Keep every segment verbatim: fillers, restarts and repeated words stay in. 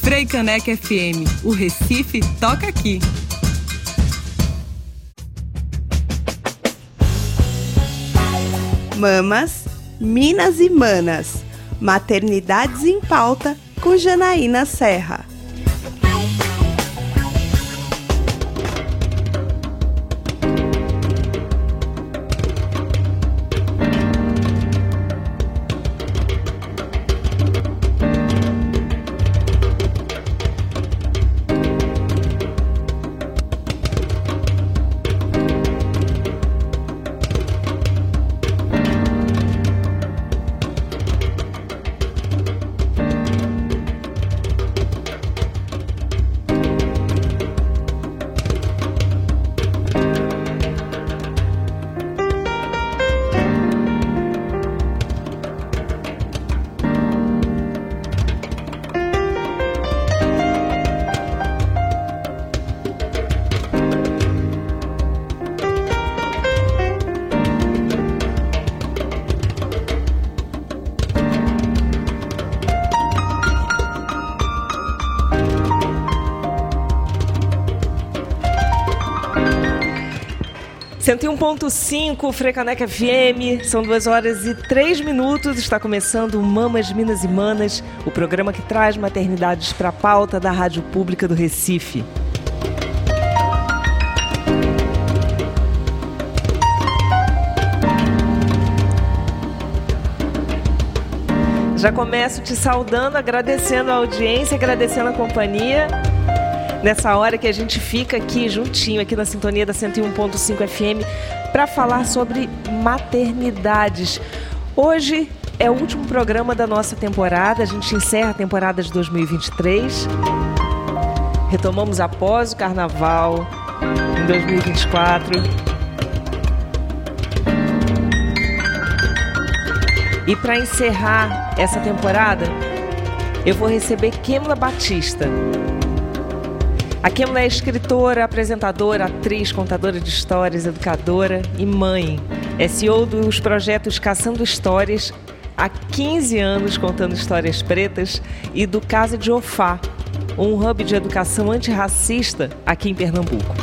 Frei Caneca F M, o Recife toca aqui. Mamas, Minas e Manas, Maternidades em Pauta com Janaína Serra. cento e um ponto cinco, Frei Caneca F M, são duas horas e três minutos, está começando o Mamas, Minas e Manas, o programa que traz maternidades para a pauta da Rádio Pública do Recife. Já começo te saudando, agradecendo a audiência, agradecendo a companhia. Nessa hora que a gente fica aqui juntinho, aqui na sintonia da cento e um ponto cinco F M, para falar sobre maternidades. Hoje é o último programa da nossa temporada, a gente encerra a temporada de dois mil e vinte e três. Retomamos após o Carnaval, em dois mil e vinte e quatro. E para encerrar essa temporada, eu vou receber Kêmula Batista. A Kêmula é escritora, apresentadora, atriz, contadora de histórias, educadora e mãe. É C E O dos projetos Caçando Histórias, há quinze anos contando histórias pretas, e do Casa de Ofá, um hub de educação antirracista aqui em Pernambuco.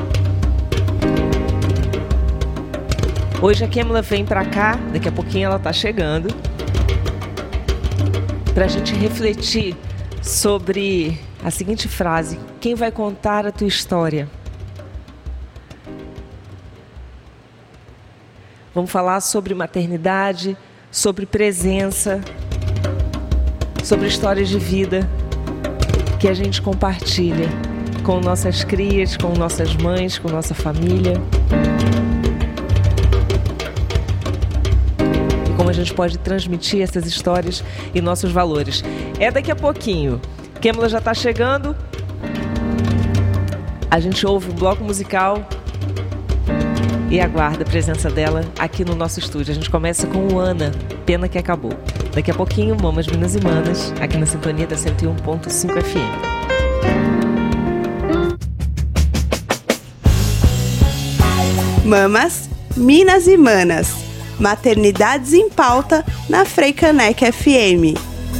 Hoje a Kêmula vem para cá, daqui a pouquinho ela está chegando, para a gente refletir sobre a seguinte frase: quem vai contar a tua história? Vamos falar sobre maternidade, sobre presença, sobre histórias de vida que a gente compartilha com nossas crias, com nossas mães, com nossa família. E como a gente pode transmitir essas histórias e nossos valores. É daqui a pouquinho. Kêmula já está chegando, a gente ouve um bloco musical e aguarda a presença dela aqui no nosso estúdio. A gente começa com o Ana, Pena que Acabou. Daqui a pouquinho, Mamas, Minas e Manas, aqui na sintonia da cento e um ponto cinco F M. Mamas, Minas e Manas, Maternidades em Pauta na Frei Caneca F M.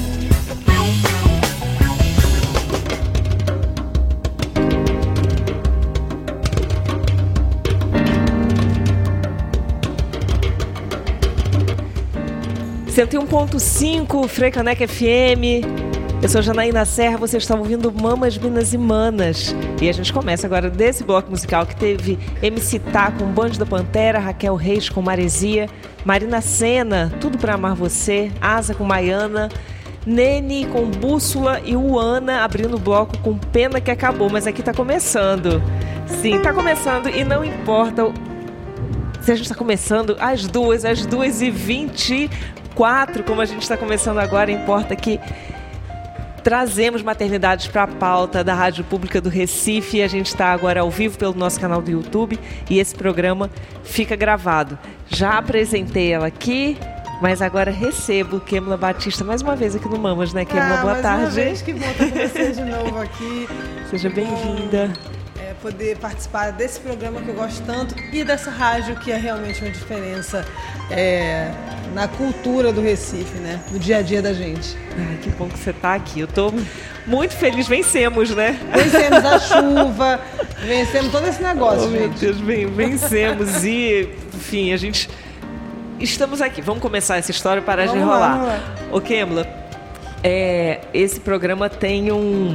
cento e um ponto cinco, Frei Caneca F M. Eu sou Janaína Serra, vocês estão ouvindo Mamas, Minas e Manas. E a gente começa agora desse bloco musical que teve M C Tá com Bonde da Pantera, Raquel Reis com Maresia, Marina Sena, Tudo Pra Amar Você, Asa com Maiana, Nene com Bússola e Uana abrindo o bloco com Pena que Acabou. Mas aqui tá começando. Sim, tá começando e não importa se a gente tá começando às duas, às duas e vinte quatro, como a gente está começando agora, importa que trazemos maternidades para a pauta da Rádio Pública do Recife. A gente está agora ao vivo pelo nosso canal do YouTube e esse programa fica gravado. Já apresentei ela aqui, mas agora recebo Kêmula Batista mais uma vez aqui no Mamas, né, Kêmula? Ah, boa mais tarde. Uma vez, que bom estar com você de novo aqui. Seja bem-vinda. É, poder participar desse programa que eu gosto tanto e dessa rádio que é realmente uma diferença é, na cultura do Recife, né? No dia a dia da gente. Ai, que bom que você está aqui. Eu estou muito feliz. Vencemos, né? Vencemos a chuva, vencemos todo esse negócio, oh, gente. Meu Deus, bem, vencemos e, enfim, a gente... Estamos aqui. Vamos começar essa história para de enrolar. Ô, Kêmula, é, esse programa tem um...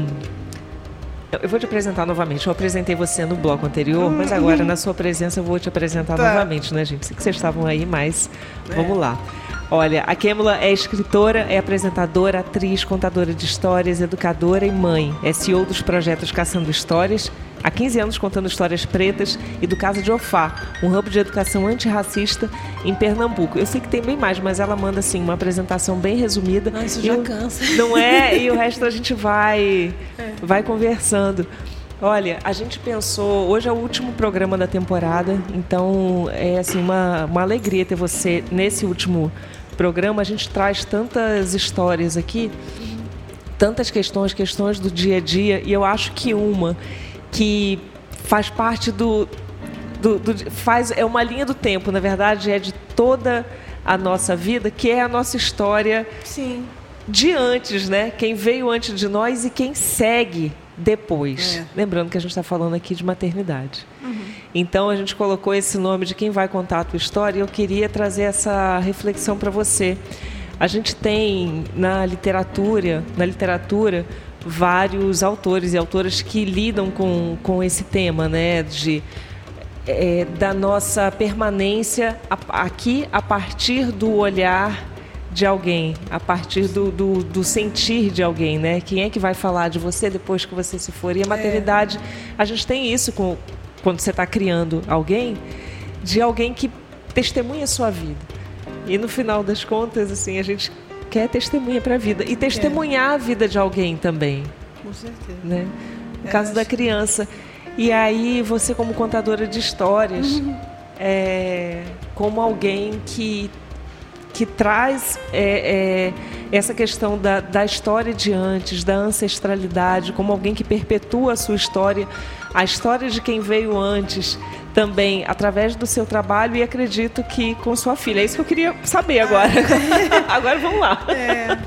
Eu vou te apresentar novamente. Eu apresentei você no bloco anterior, mas agora, na sua presença, eu vou te apresentar tá. novamente, né, gente? Sei que vocês estavam aí, mas é. vamos lá. Olha, a Kêmula é escritora, é apresentadora, atriz, contadora de histórias, educadora e mãe. É C E O dos projetos Caçando Histórias, há quinze anos contando histórias pretas, e do Casa de Ofá, um hub de educação antirracista em Pernambuco. Eu sei que tem bem mais, mas ela manda assim uma apresentação bem resumida. Ah, isso já eu, cansa. Não é? E o resto a gente vai, é. vai conversando. Olha, a gente pensou, hoje é o último programa da temporada, então é assim uma, uma alegria ter você nesse último programa. A gente traz tantas histórias aqui, tantas questões, questões do dia a dia, e eu acho que uma que faz parte do, do, do faz, é uma linha do tempo, na verdade, é de toda a nossa vida, que é a nossa história Sim. de antes, né? Quem veio antes de nós e quem segue depois. É. Lembrando que a gente está falando aqui de maternidade. Uhum. Então, a gente colocou esse nome de quem vai contar a tua história, e eu queria trazer essa reflexão para você. A gente tem na literatura, na literatura, vários autores e autoras que lidam com, com esse tema, né, de, é, da nossa permanência aqui a partir do olhar de alguém, a partir do, do, do sentir de alguém, né? Quem é que vai falar de você depois que você se for? E a maternidade, a gente tem isso com, quando você está criando alguém, de alguém que testemunha a sua vida. E no final das contas, assim, a gente quer testemunha para a vida. E testemunhar é. a vida de alguém também. Com certeza. Né? No é, caso da criança. E aí, você como contadora de histórias, uhum. é, como alguém que... que traz é, é, essa questão da, da história de antes, da ancestralidade, como alguém que perpetua a sua história, a história de quem veio antes, também através do seu trabalho, e acredito que com sua filha. É isso que eu queria saber agora. Agora vamos lá. É,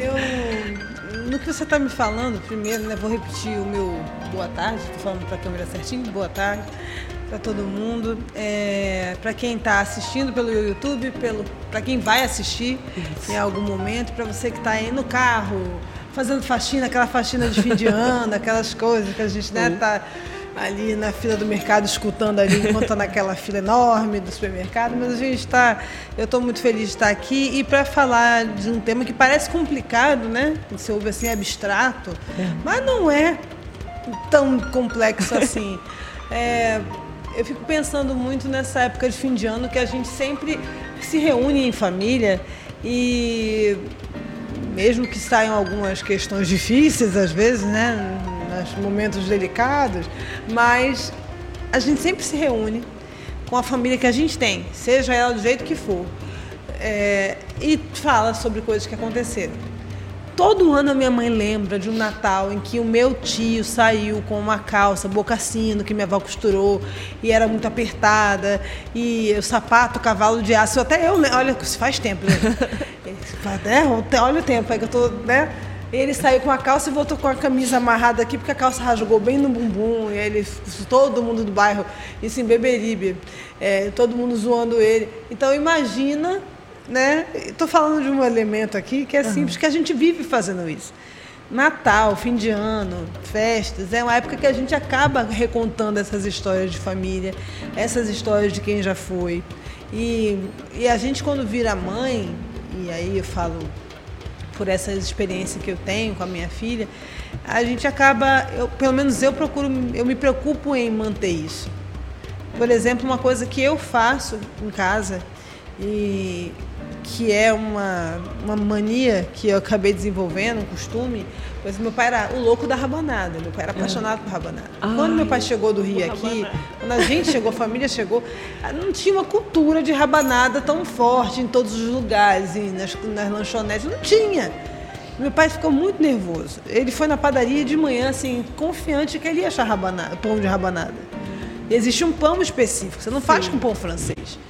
eu, no que você está me falando, primeiro, né, vou repetir o meu boa tarde, estou falando para a câmera certinho, boa tarde para todo mundo, é, para quem está assistindo pelo YouTube, pelo, para quem vai assistir Isso. em algum momento, para você que está aí no carro, fazendo faxina, aquela faxina de fim de ano, aquelas coisas que a gente está, né, ali na fila do mercado, escutando ali, enquanto está naquela fila enorme do supermercado, mas a gente está, eu estou muito feliz de estar aqui, e para falar de um tema que parece complicado, né, você ouve assim, abstrato, é. mas não é tão complexo assim. É, eu fico pensando muito nessa época de fim de ano, que a gente sempre se reúne em família, e mesmo que saiam algumas questões difíceis às vezes, né, nos momentos delicados, mas a gente sempre se reúne com a família que a gente tem, seja ela do jeito que for, é, e fala sobre coisas que aconteceram. Todo ano a minha mãe lembra de um Natal em que o meu tio saiu com uma calça boca-sino que minha avó costurou e era muito apertada, e o sapato, cavalo de aço, até eu, olha, faz tempo, né? Olha o tempo aí que eu tô, né? Ele saiu com a calça e voltou com a camisa amarrada aqui, porque a calça rasgou bem no bumbum, e ele, todo mundo do bairro, isso em Beberibe, é, todo mundo zoando ele. Então imagina... Né? Estou falando de um elemento aqui que é simples, uhum. que a gente vive fazendo isso. Natal, fim de ano, festas, é uma época que a gente acaba recontando essas histórias de família, essas histórias de quem já foi. E, e a gente, quando vira mãe, e aí eu falo por essa experiência que eu tenho com a minha filha, a gente acaba, eu, pelo menos eu procuro, eu me preocupo em manter isso. Por exemplo, uma coisa que eu faço em casa, e que é uma, uma mania que eu acabei desenvolvendo, um costume, mas meu pai era o louco da rabanada, meu pai era apaixonado por rabanada. Ai, quando meu pai chegou do Rio aqui, rabanada. Quando a gente chegou, a família chegou, não tinha uma cultura de rabanada tão forte em todos os lugares, nas, nas lanchonetes, não tinha. Meu pai ficou muito nervoso. Ele foi na padaria de manhã, assim, confiante que ele ia achar rabanada, pão de rabanada. E existe um pão específico, você não faz Sim. com pão francês.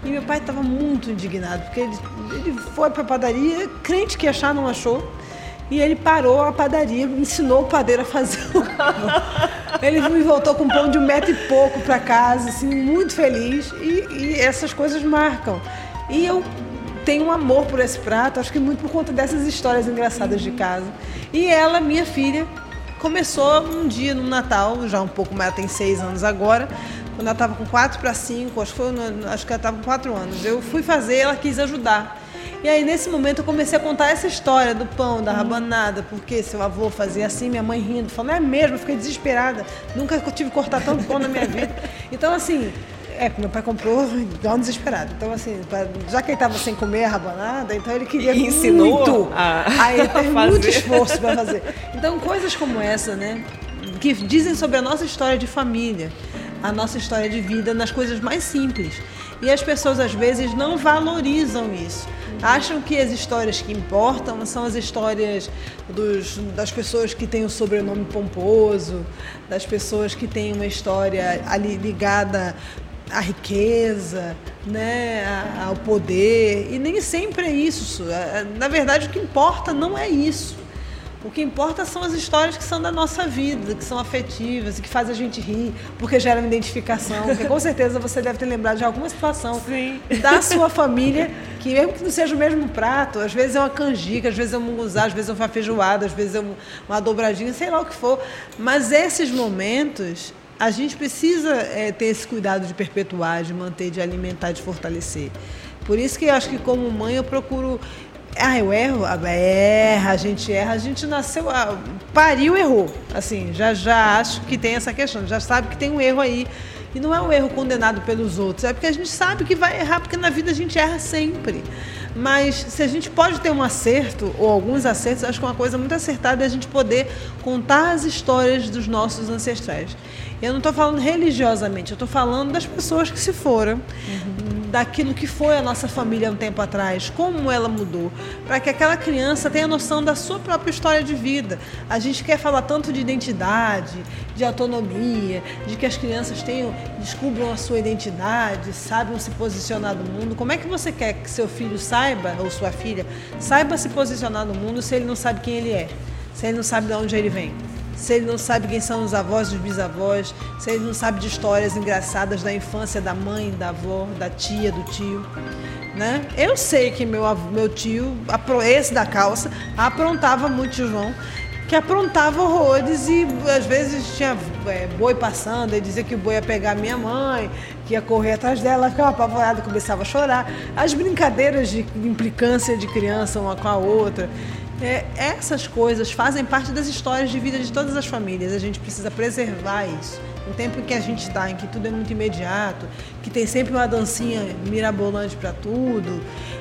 E meu pai estava muito indignado, porque ele, ele foi para a padaria, crente que achar, não achou. E ele parou a padaria, ensinou o padeiro a fazer o pão. Ele me voltou com um pão de um metro e pouco para casa, assim, muito feliz. E, e essas coisas marcam. E eu tenho um amor por esse prato, acho que muito por conta dessas histórias engraçadas de casa. E ela, minha filha, começou um dia no Natal, já um pouco mais, ela tem seis anos agora, quando ela estava com quatro para cinco, acho que, foi, acho que ela estava com quatro anos. Eu fui fazer, ela quis ajudar. E aí, nesse momento, eu comecei a contar essa história do pão, da rabanada, porque seu avô fazia assim, minha mãe rindo, falando, é mesmo, eu fiquei desesperada, nunca tive que cortar tanto pão na minha vida. Então, assim, é, meu pai comprou igual um desesperado. Então, assim, pra, já que ele estava sem comer a rabanada, então ele queria e ensinou muito. A... Aí ele teve muito esforço para fazer. Então, coisas como essa, né, que dizem sobre a nossa história de família, a nossa história de vida nas coisas mais simples. E as pessoas, às vezes, não valorizam isso. Acham que as histórias que importam são as histórias dos, das pessoas que têm o sobrenome pomposo, das pessoas que têm uma história ali ligada à riqueza, né, ao poder. E nem sempre é isso. Na verdade, o que importa não é isso. O que importa são as histórias que são da nossa vida, que são afetivas e que fazem a gente rir, porque geram identificação. Porque com certeza você deve ter lembrado de alguma situação Sim. da sua família, que mesmo que não seja o mesmo prato, às vezes é uma canjica, às vezes é um munguzá, às vezes é uma feijoada, às vezes é uma dobradinha, sei lá o que for. Mas esses momentos, a gente precisa é, ter esse cuidado de perpetuar, de manter, de alimentar, de fortalecer. Por isso que eu acho que como mãe eu procuro... Ah, eu erro? Erra, a gente erra, a gente nasceu, ah, pariu, errou. Assim, já, já acho que tem essa questão, já sabe que tem um erro aí. E não é um erro condenado pelos outros, é porque a gente sabe que vai errar, porque na vida a gente erra sempre. Mas se a gente pode ter um acerto, ou alguns acertos, acho que uma coisa muito acertada é a gente poder contar as histórias dos nossos ancestrais. Eu não estou falando religiosamente, eu estou falando das pessoas que se foram, uhum. daquilo que foi a nossa família há um tempo atrás, como ela mudou, para que aquela criança tenha noção da sua própria história de vida. A gente quer falar tanto de identidade, de autonomia, de que as crianças tenham, descubram a sua identidade, saibam se posicionar no mundo. Como é que você quer que seu filho saiba, ou sua filha, saiba se posicionar no mundo se ele não sabe quem ele é, se ele não sabe de onde ele vem? Se ele não sabe quem são os avós e os bisavós, se ele não sabe de histórias engraçadas da infância da mãe, da avó, da tia, do tio, né? Eu sei que meu, meu tio, esse da calça, aprontava muito, tio João, que aprontava horrores e às vezes tinha é, boi passando, ele dizia que o boi ia pegar minha mãe, que ia correr atrás dela, ficava apavorada, começava a chorar. As brincadeiras de implicância de criança uma com a outra. É, essas coisas fazem parte das histórias de vida de todas as famílias. A gente precisa preservar isso. No tempo em que a gente está, em que tudo é muito imediato, que tem sempre uma dancinha mirabolante para tudo,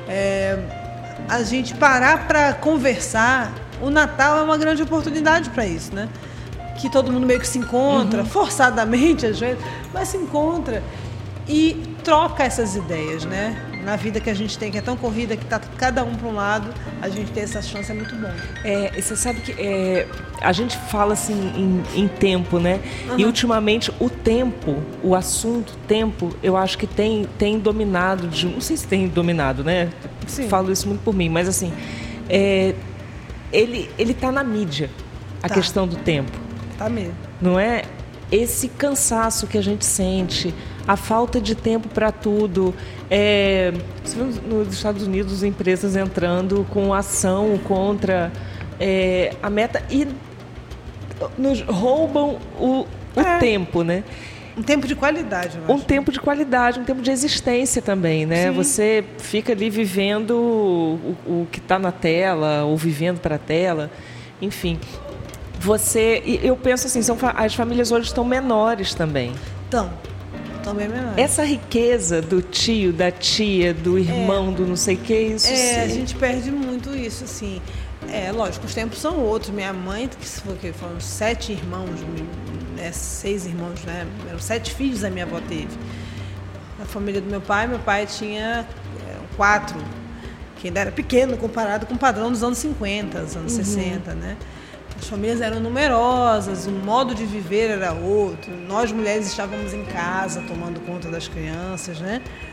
é, a gente parar para conversar. O Natal é uma grande oportunidade para isso, né? Que todo mundo meio que se encontra, uhum. forçadamente às vezes, mas se encontra e troca essas ideias, né? Na vida que a gente tem, que é tão corrida, que está cada um para um lado, a gente ter essa chance é muito bom. É, você sabe que é, a gente fala assim em, em tempo, né? Uhum. E ultimamente o tempo, o assunto tempo, eu acho que tem, tem dominado, de, não sei se tem dominado, né? Sim. Falo isso muito por mim, mas assim, é, ele ele está na mídia, a tá. questão do tempo. Tá mesmo. Não é? Esse cansaço que a gente sente, a falta de tempo para tudo. É, você viu nos Estados Unidos empresas entrando com ação contra é, a meta e nos roubam o, o é. tempo, né? Um tempo de qualidade, eu acho. Um tempo de qualidade, um tempo de existência também, né? Sim. Você fica ali vivendo o, o que está na tela, ou vivendo para a tela, enfim. Você, eu penso assim, são, as famílias hoje estão menores também. Estão, estão bem menores. Essa riqueza do tio, da tia, do irmão, é. do não sei o que, isso É, sim. a gente perde muito isso, assim. É, lógico, os tempos são outros. Minha mãe, que foram sete irmãos, né, seis irmãos, né? Eram sete filhos a minha avó teve. A família do meu pai, meu pai tinha é, quatro, que ainda era pequeno comparado com o padrão dos anos cinquenta, dos anos uhum. sessenta, né? As famílias eram numerosas, o modo de viver era outro. Nós, mulheres, estávamos em casa tomando conta das crianças, né?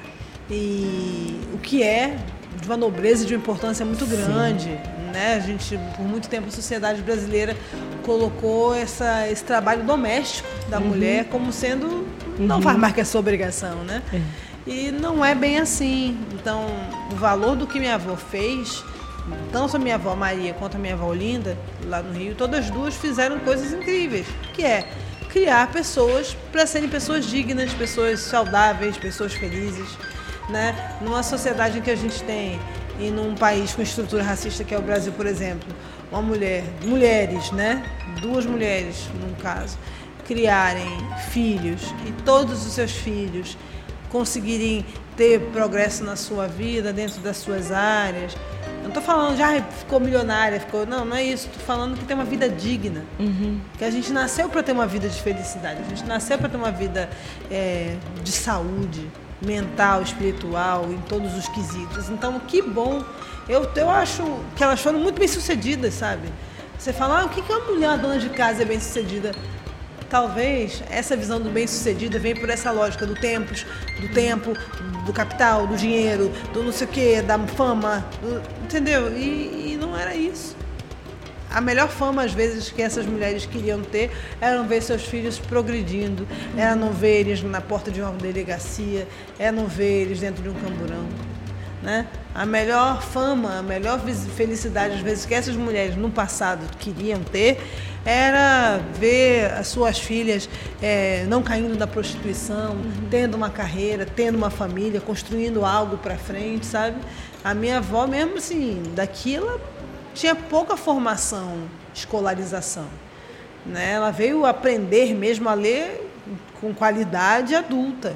e o que é de uma nobreza e de uma importância muito grande. Sim. Né? A gente, por muito tempo, a sociedade brasileira colocou essa, esse trabalho doméstico da uhum. mulher como sendo, uhum. não faz mais que a sua obrigação, né? É. E não é bem assim. Então, o valor do que minha avó fez, tanto a minha avó Maria quanto a minha avó Olinda, lá no Rio, todas as duas fizeram coisas incríveis, que é criar pessoas para serem pessoas dignas, pessoas saudáveis, pessoas felizes, né? Numa sociedade em que a gente tem, e num país com estrutura racista que é o Brasil, por exemplo, uma mulher, mulheres, né? Duas mulheres, num caso, criarem filhos e todos os seus filhos conseguirem ter progresso na sua vida, dentro das suas áreas. Eu não estou falando já ficou milionária, ficou não, não é isso. Estou falando que tem uma vida digna, uhum. que a gente nasceu para ter uma vida de felicidade, a gente nasceu para ter uma vida é, de saúde mental, espiritual, em todos os quesitos. Então, que bom. Eu, eu acho que elas foram muito bem-sucedidas, sabe? Você fala, ah, o que é uma mulher, uma dona de casa, é bem-sucedida? Talvez essa visão do bem-sucedida venha por essa lógica do tempo, do tempo, do capital, do dinheiro, do não sei o quê, da fama, do, entendeu? E, e não era isso. A melhor fama, às vezes, que essas mulheres queriam ter era não ver seus filhos progredindo, era não ver eles na porta de uma delegacia, era não ver eles dentro de um camburão, né? A melhor fama, a melhor felicidade, às vezes, que essas mulheres no passado queriam ter era ver as suas filhas é, não caindo da prostituição, uhum. tendo uma carreira, tendo uma família, construindo algo para frente, sabe? A minha avó mesmo, assim, daqui ela tinha pouca formação, escolarização, né? Ela veio aprender mesmo a ler com qualidade adulta.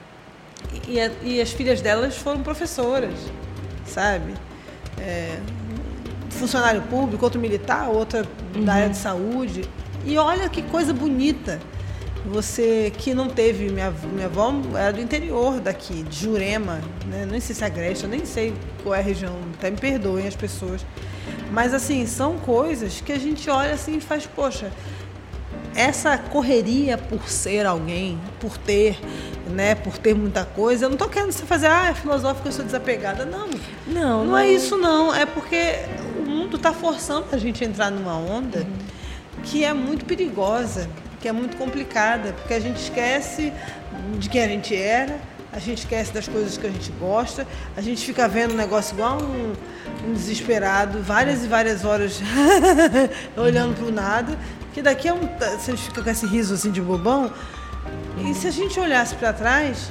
E, a, e as filhas delas foram professoras, sabe? É, funcionário público, outro militar, outra uhum. da área de saúde. E olha que coisa bonita. Você que não teve... Minha, minha avó era do interior daqui, de Jurema, né? Nem sei se é Agreste, eu nem sei qual é a região, até me perdoem as pessoas. Mas, assim, são coisas que a gente olha assim e faz, poxa, essa correria por ser alguém, por ter, né, por ter muita coisa, eu não estou querendo você fazer, ah, é filosófico, eu sou desapegada. Não, não, não, não é isso, não. É porque o mundo está forçando a gente a entrar numa onda uhum. que é muito perigosa, que é muito complicada, porque a gente esquece de quem a gente era, a gente esquece das coisas que a gente gosta, a gente fica vendo um negócio igual um, um desesperado, várias e várias horas olhando para o nada, que daqui a um... Você fica com esse riso assim de bobão, e se a gente olhasse para trás,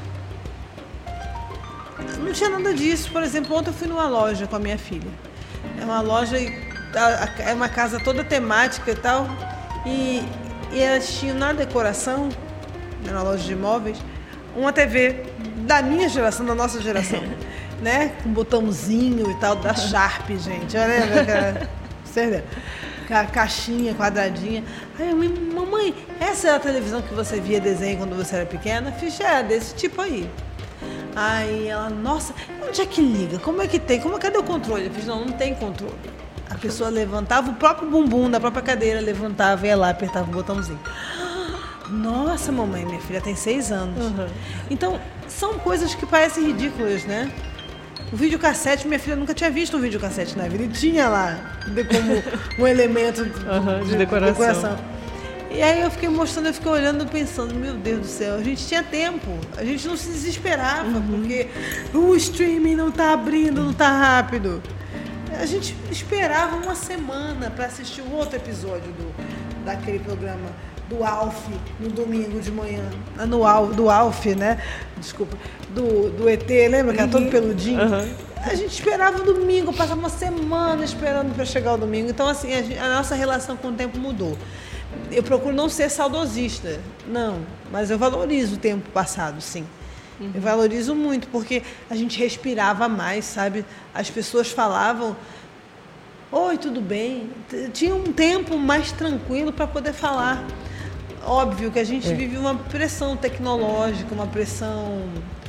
não tinha nada disso. Por exemplo, ontem eu fui numa loja com a minha filha. É uma loja, é uma casa toda temática e tal, e, e elas tinham na decoração, na loja de imóveis, uma T V da minha geração, da nossa geração, né? Com botãozinho e tal, da Sharp, gente. Olha, aquela, sério, aquela caixinha quadradinha. Aí eu me, mamãe, essa é a televisão que você via desenho quando você era pequena? Ficha é desse tipo aí. Aí ela, nossa, onde é que liga? Como é que tem? Como, cadê o controle? Eu fiz, não, não tem controle. A pessoa levantava o próprio bumbum da própria cadeira, levantava, ia lá, apertava o botãozinho. Nossa, mamãe, minha filha tem seis anos. Uhum. Então, são coisas que parecem ridículas, né? O videocassete, minha filha nunca tinha visto um videocassete na vida. E tinha lá, como um elemento uhum, de, de decoração. decoração. E aí eu fiquei mostrando, eu fiquei olhando, pensando, meu Deus do céu, a gente tinha tempo. A gente não se desesperava, uhum. porque o streaming não tá abrindo, não tá rápido. A gente esperava uma semana para assistir um outro episódio do, daquele programa do Alf, no domingo de manhã. No Alf, do Alf, né? Desculpa. Do, do E T, lembra que era todo peludinho? Uhum. A gente esperava o domingo, passava uma semana esperando para chegar o domingo. Então, assim, a, gente, a nossa relação com o tempo mudou. Eu procuro não ser saudosista, não. Mas eu valorizo o tempo passado, sim. Uhum. Eu valorizo muito, porque a gente respirava mais, sabe? As pessoas falavam... Oi, tudo bem? Tinha um tempo mais tranquilo para poder falar. Óbvio que a gente é. vive uma pressão tecnológica, uma pressão...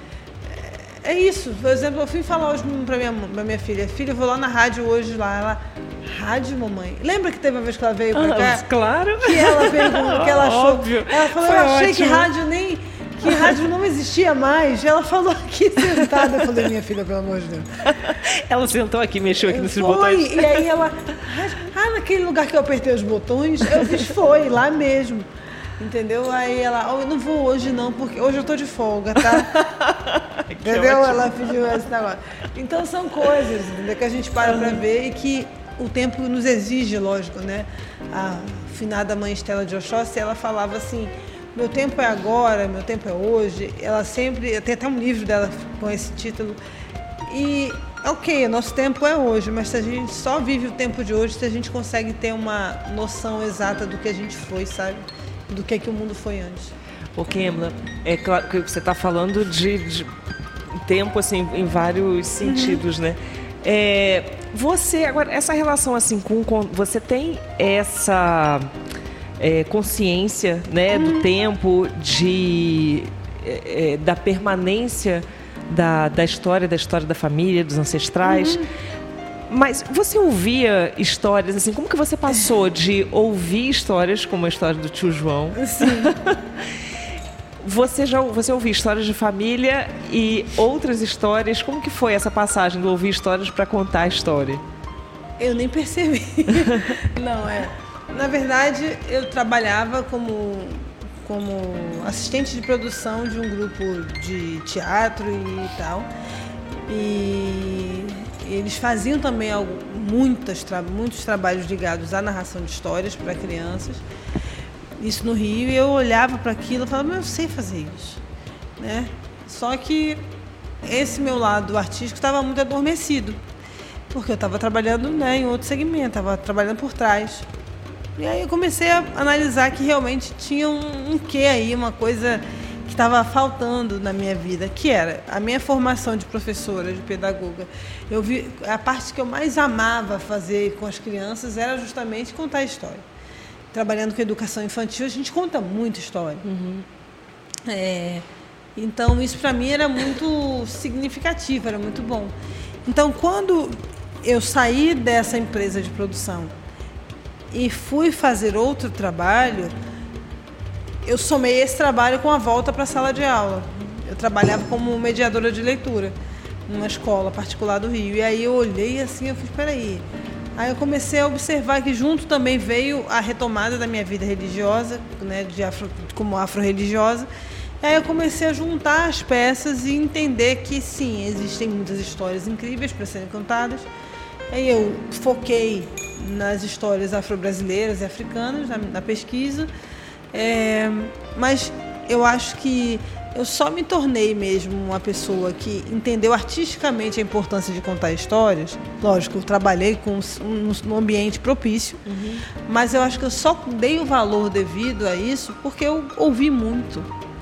É, é isso. Por exemplo, eu fui falar hoje para minha, pra minha filha. Filha, eu vou lá na rádio hoje, lá. Ela, rádio, mamãe? Lembra que teve uma vez que ela veio para cá? Ah, claro. Que ela perguntou, que ela achou... Óbvio. Ela falou, Foi eu achei ótimo. que rádio nem... que rádio não existia mais. Ela falou aqui sentada. Eu falei, minha filha, pelo amor de Deus. Ela sentou aqui, mexeu aqui nesses foi, botões. E aí ela, ah, naquele lugar que eu apertei os botões, eu fiz, foi, lá mesmo. Entendeu? Aí ela, oh, eu não vou hoje não, porque hoje eu tô de folga, tá? Entendeu? ótimo. Ela pediu esse negócio. Então são coisas, entendeu? Que a gente para uhum. pra ver e que o tempo nos exige, lógico, né? A finada mãe Estela de Oxóssi, ela falava assim, meu tempo é agora, meu tempo é hoje. Ela sempre, tem até um livro dela com esse título. E, ok, o nosso tempo é hoje, mas se a gente só vive o tempo de hoje, se a gente consegue ter uma noção exata do que a gente foi, sabe? Do que, é que o mundo foi antes. Ô, Kemla, é claro que você está falando de, de tempo, assim, em vários sentidos, uhum. né? É, você, agora, essa relação, assim, com... com você tem essa é, consciência, né, uhum. do tempo, de, é, da permanência da, da história, da história da família, dos ancestrais... Uhum. Mas você ouvia histórias, assim, como que você passou de ouvir histórias, como a história do tio João? Sim. Você já você ouvia histórias de família e outras histórias, como que foi essa passagem do ouvir histórias para contar a história? Eu nem percebi. Não, é. Na verdade, eu trabalhava como, como assistente de produção de um grupo de teatro e tal. E... eles faziam também algo, muitas, muitos trabalhos ligados à narração de histórias para crianças, isso no Rio, e eu olhava para aquilo e falava, mas eu sei fazer isso, né? Só que esse meu lado artístico estava muito adormecido, porque eu estava trabalhando, né, em outro segmento, estava trabalhando por trás. E aí eu comecei a analisar que realmente tinha um, um quê aí, uma coisa que estava faltando na minha vida, que era a minha formação de professora, de pedagoga. Eu vi, a parte que eu mais amava fazer com as crianças era justamente contar história. Trabalhando com educação infantil, a gente conta muita história. Uhum. É, então, isso para mim era muito significativo, era muito bom. Então, quando eu saí dessa empresa de produção e fui fazer outro trabalho, eu somei esse trabalho com a volta para a sala de aula. Eu trabalhava como mediadora de leitura numa escola particular do Rio. E aí eu olhei assim, eu fiz, peraí. Aí eu comecei a observar que junto também veio a retomada da minha vida religiosa, né, de afro, como afro-religiosa. E aí eu comecei a juntar as peças e entender que sim, existem muitas histórias incríveis para serem contadas. Aí eu foquei nas histórias afro-brasileiras e africanas, na, na pesquisa. É, mas eu acho que eu só me tornei mesmo uma pessoa que entendeu artisticamente a importância de contar histórias. Lógico, eu trabalhei com um, um ambiente propício, uhum. mas eu acho que eu só dei o valor devido a isso porque eu ouvi muito.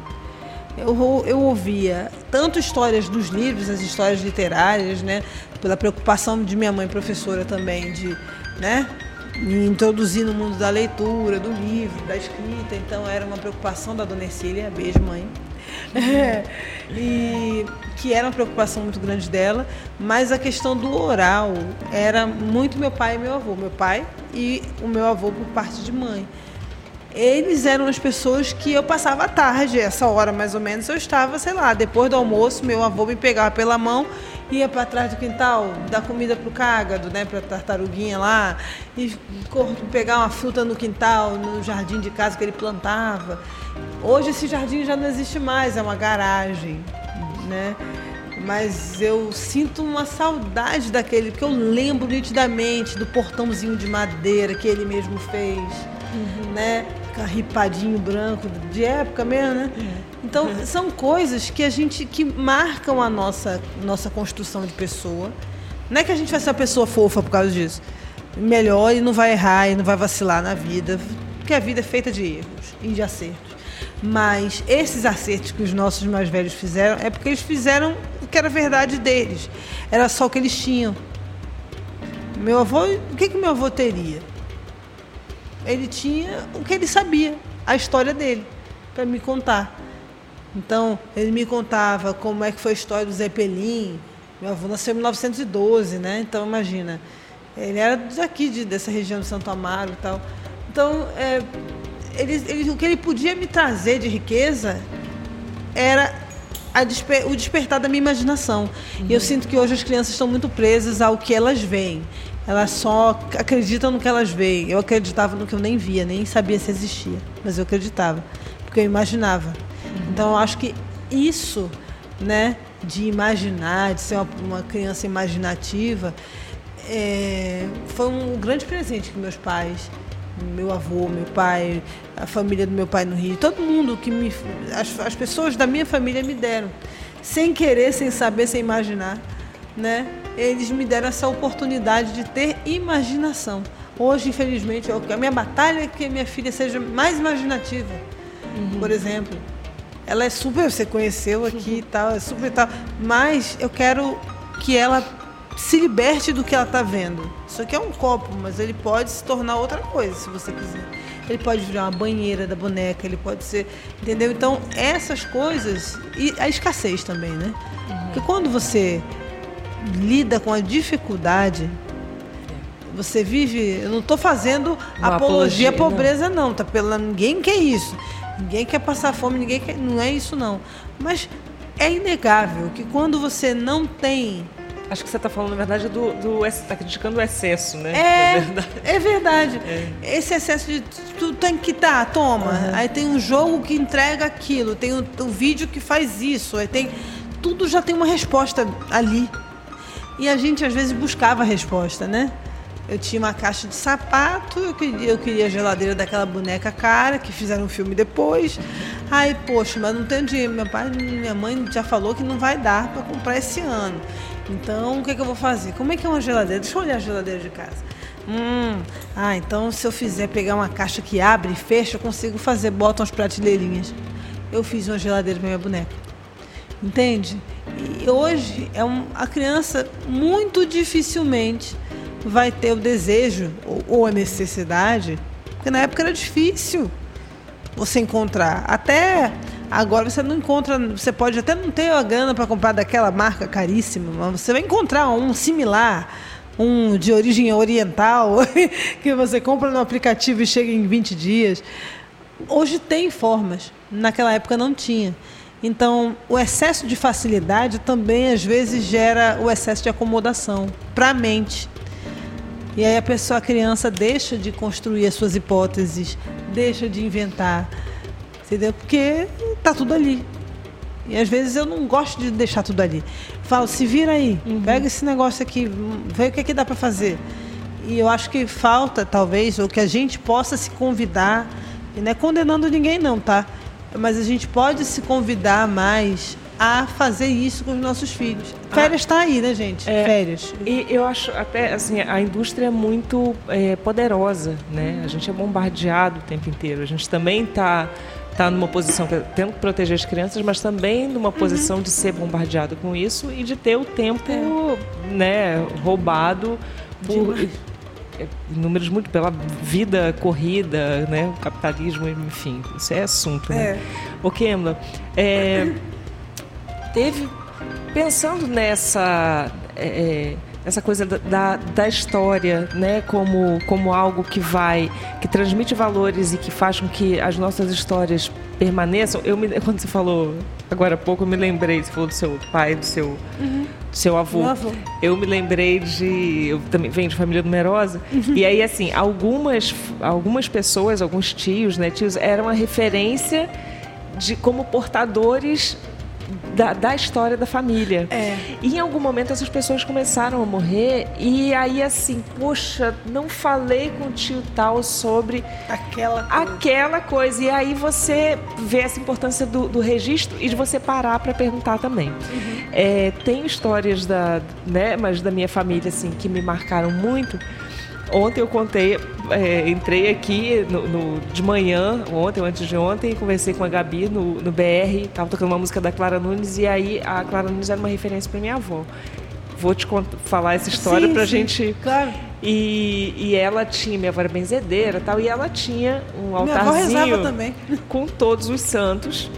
Eu, eu ouvia tanto histórias dos livros, as histórias literárias, né, pela preocupação de minha mãe professora também de, né, me introduzir no mundo da leitura, do livro, da escrita. Então era uma preocupação da dona Ercília, beijo mãe, é, e que era uma preocupação muito grande dela, mas a questão do oral era muito meu pai e meu avô, meu pai e o meu avô por parte de mãe. Eles eram as pessoas que eu passava a tarde, essa hora mais ou menos, eu estava, sei lá, depois do almoço, meu avô me pegava pela mão, ia para trás do quintal, dar comida para o cágado, né, para a tartaruguinha lá, e pegar uma fruta no quintal, no jardim de casa que ele plantava. Hoje esse jardim já não existe mais, é uma garagem, né? Mas eu sinto uma saudade daquele, porque eu lembro nitidamente do portãozinho de madeira que ele mesmo fez, uhum. né? Ripadinho branco, de época mesmo, né? Uhum. Então, uhum. são coisas que a gente, que marcam a nossa, nossa construção de pessoa. Não é que a gente vai ser uma pessoa fofa por causa disso. Melhor e não vai errar e não vai vacilar na vida, porque a vida é feita de erros e de acertos. Mas esses acertos que os nossos mais velhos fizeram é porque eles fizeram o que era verdade deles. Era só o que eles tinham. Meu avô, o que que meu avô teria? Ele tinha o que ele sabia, a história dele, para me contar. Então, ele me contava como é que foi a história do Zeppelin. Meu avô nasceu em mil novecentos e doze, né? Então, imagina, ele era daqui, de, dessa região de Santo Amaro e tal. Então, é, ele, ele, o que ele podia me trazer de riqueza era a desper, o despertar da minha imaginação. Uhum. E eu sinto que hoje as crianças estão muito presas ao que elas veem. Elas só acreditam no que elas veem. Eu acreditava no que eu nem via, nem sabia se existia. Mas eu acreditava, porque eu imaginava. Uhum. Então, eu acho que isso, né, de imaginar, de ser uma, uma criança imaginativa, é, foi um grande presente que meus pais, meu avô, meu pai, a família do meu pai no Rio, todo mundo que me... As, as pessoas da minha família me deram. Sem querer, sem saber, sem imaginar, né? Eles me deram essa oportunidade de ter imaginação. Hoje, infelizmente, a minha batalha é que a minha filha seja mais imaginativa. Uhum. Por exemplo, ela é super, você conheceu aqui uhum. e tal, é super e tal, mas eu quero que ela se liberte do que ela está vendo. Isso aqui é um copo, mas ele pode se tornar outra coisa, se você quiser. Ele pode virar uma banheira da boneca, ele pode ser... Entendeu? Então, essas coisas... E a escassez também, né? Uhum. Porque quando você lida com a dificuldade, você vive... Eu não estou fazendo uma apologia à pobreza, não. não tá pela, ninguém quer isso. Ninguém quer passar fome, ninguém quer... Não é isso, não. Mas é inegável que quando você não tem... Acho que você está falando, na verdade, do, do está criticando o excesso, né? É, é verdade. É verdade. É. Esse excesso de tu tem que dar, toma. Uhum. Aí tem um jogo que entrega aquilo, tem o um, um vídeo que faz isso, aí tem tudo já tem uma resposta ali. E a gente às vezes buscava a resposta, né? Eu tinha uma caixa de sapato, eu queria, eu queria a geladeira daquela boneca cara, que fizeram um filme depois. Aí, poxa, mas não tenho dinheiro. Meu pai e minha mãe já falou que não vai dar para comprar esse ano. Então, o que, é que eu vou fazer? Como é que é uma geladeira? Deixa eu olhar a geladeira de casa. Hum, ah, então se eu fizer pegar uma caixa que abre e fecha, eu consigo fazer, botam as prateleirinhas. Eu fiz uma geladeira para minha boneca. Entende? E hoje, é um, a criança muito dificilmente vai ter o desejo ou, ou a necessidade, porque na época era difícil você encontrar. Até agora você não encontra, você pode até não ter a grana para comprar daquela marca caríssima, mas você vai encontrar um similar, um de origem oriental, que você compra no aplicativo e chega em vinte dias. Hoje tem formas, naquela época não tinha. Então, o excesso de facilidade também, às vezes, gera o excesso de acomodação para a mente. E aí a pessoa, a criança, deixa de construir as suas hipóteses, deixa de inventar, entendeu? Porque está tudo ali. E às vezes eu não gosto de deixar tudo ali. Falo, se vira aí, uhum. pega esse negócio aqui, vê o que é que dá para fazer. E eu acho que falta, talvez, ou que a gente possa se convidar, e não é condenando ninguém não, tá? Mas a gente pode se convidar mais a fazer isso com os nossos filhos. Férias está ah, aí, né, gente? É, Férias. E eu acho até, assim, a indústria é muito é, poderosa, né? A gente é bombardeado o tempo inteiro. A gente também está tá numa posição, tendo que proteger as crianças, mas também numa posição uhum. de ser bombardeado com isso e de ter o tempo é. né, roubado por números muito pela vida corrida, né? O capitalismo, enfim, isso é assunto, né? É. Ô, Kemla, é... teve, pensando nessa, é, essa coisa da, da história, né, como, como algo que vai, que transmite valores e que faz com que as nossas histórias permaneçam. Eu me, quando você falou agora há pouco, eu me lembrei, você falou do seu pai, do seu, uhum. do seu avô. avô. Eu me lembrei de, eu também venho de família numerosa, uhum. e aí, assim, algumas, algumas pessoas, alguns tios, né, tios, eram a referência de como portadores Da, da história da família. É. E em algum momento essas pessoas começaram a morrer e aí assim, poxa, não falei com o tio tal sobre aquela coisa. aquela coisa. E aí você vê essa importância do, do registro e de você parar para perguntar também. Uhum. É, tem histórias da, né, mas da minha família assim, que me marcaram muito. Ontem eu contei, é, entrei aqui no, no, de manhã, ontem ou antes de ontem, conversei com a Gabi no, no B R, estava tocando uma música da Clara Nunes e aí a Clara Nunes era uma referência para minha avó. Vou te contar, falar essa história para a gente... Claro. E, e ela tinha, minha avó era benzedeira e tal, e ela tinha um altarzinho minha avó rezava também. Com todos os santos.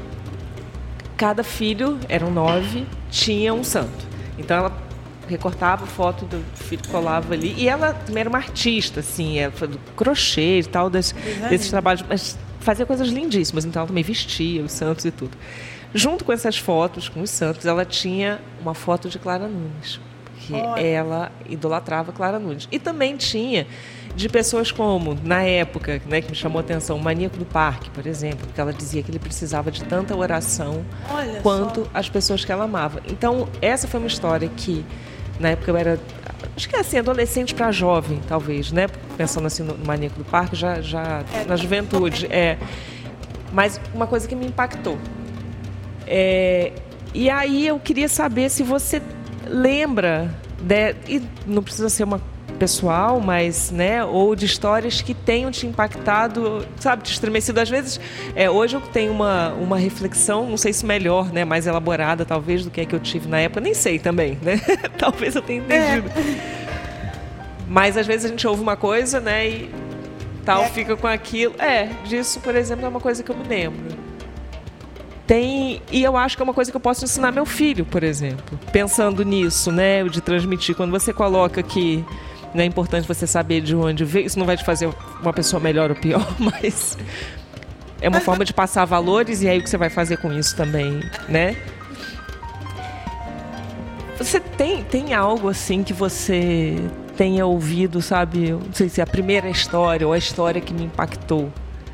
Cada filho, eram nove, tinha um santo. Então ela recortava foto do filho que colava ali. E ela também era uma artista, assim, ela foi do crochê e tal, das, desses trabalhos, mas fazia coisas lindíssimas. Então ela também vestia os santos e tudo. Junto com essas fotos, com os santos, ela tinha uma foto de Clara Nunes, porque Olha. ela idolatrava Clara Nunes. E também tinha de pessoas como, na época, né, que me chamou a atenção, o Maníaco do Parque, por exemplo, porque ela dizia que ele precisava de tanta oração Olha quanto só. as pessoas que ela amava. Então, essa foi uma história que, na época, eu era, acho que é assim, adolescente para jovem, talvez, né? Pensando assim no Maníaco do Parque, já, já É, na juventude. É. Mas uma coisa que me impactou. É, e aí eu queria saber se você lembra, de, e não precisa ser uma pessoal, mas, né, ou de histórias que tenham te impactado, sabe, te estremecido. Às vezes, é, hoje eu tenho uma, uma reflexão, não sei se melhor, né, mais elaborada, talvez, do que a que eu tive na época, nem sei também, né, talvez eu tenha entendido. É. Mas, às vezes, a gente ouve uma coisa, né, e tal, é. fica com aquilo. É, disso, por exemplo, é uma coisa que eu me lembro. Tem, e eu acho que é uma coisa que eu posso ensinar meu filho, por exemplo, pensando nisso, né, de transmitir. Quando você coloca que não é importante você saber de onde veio, isso não vai te fazer uma pessoa melhor ou pior, mas é uma forma de passar valores, e aí o que você vai fazer com isso também, né? Você tem, tem algo assim que você tenha ouvido, sabe? Não sei se é a primeira história ou a história que me impactou.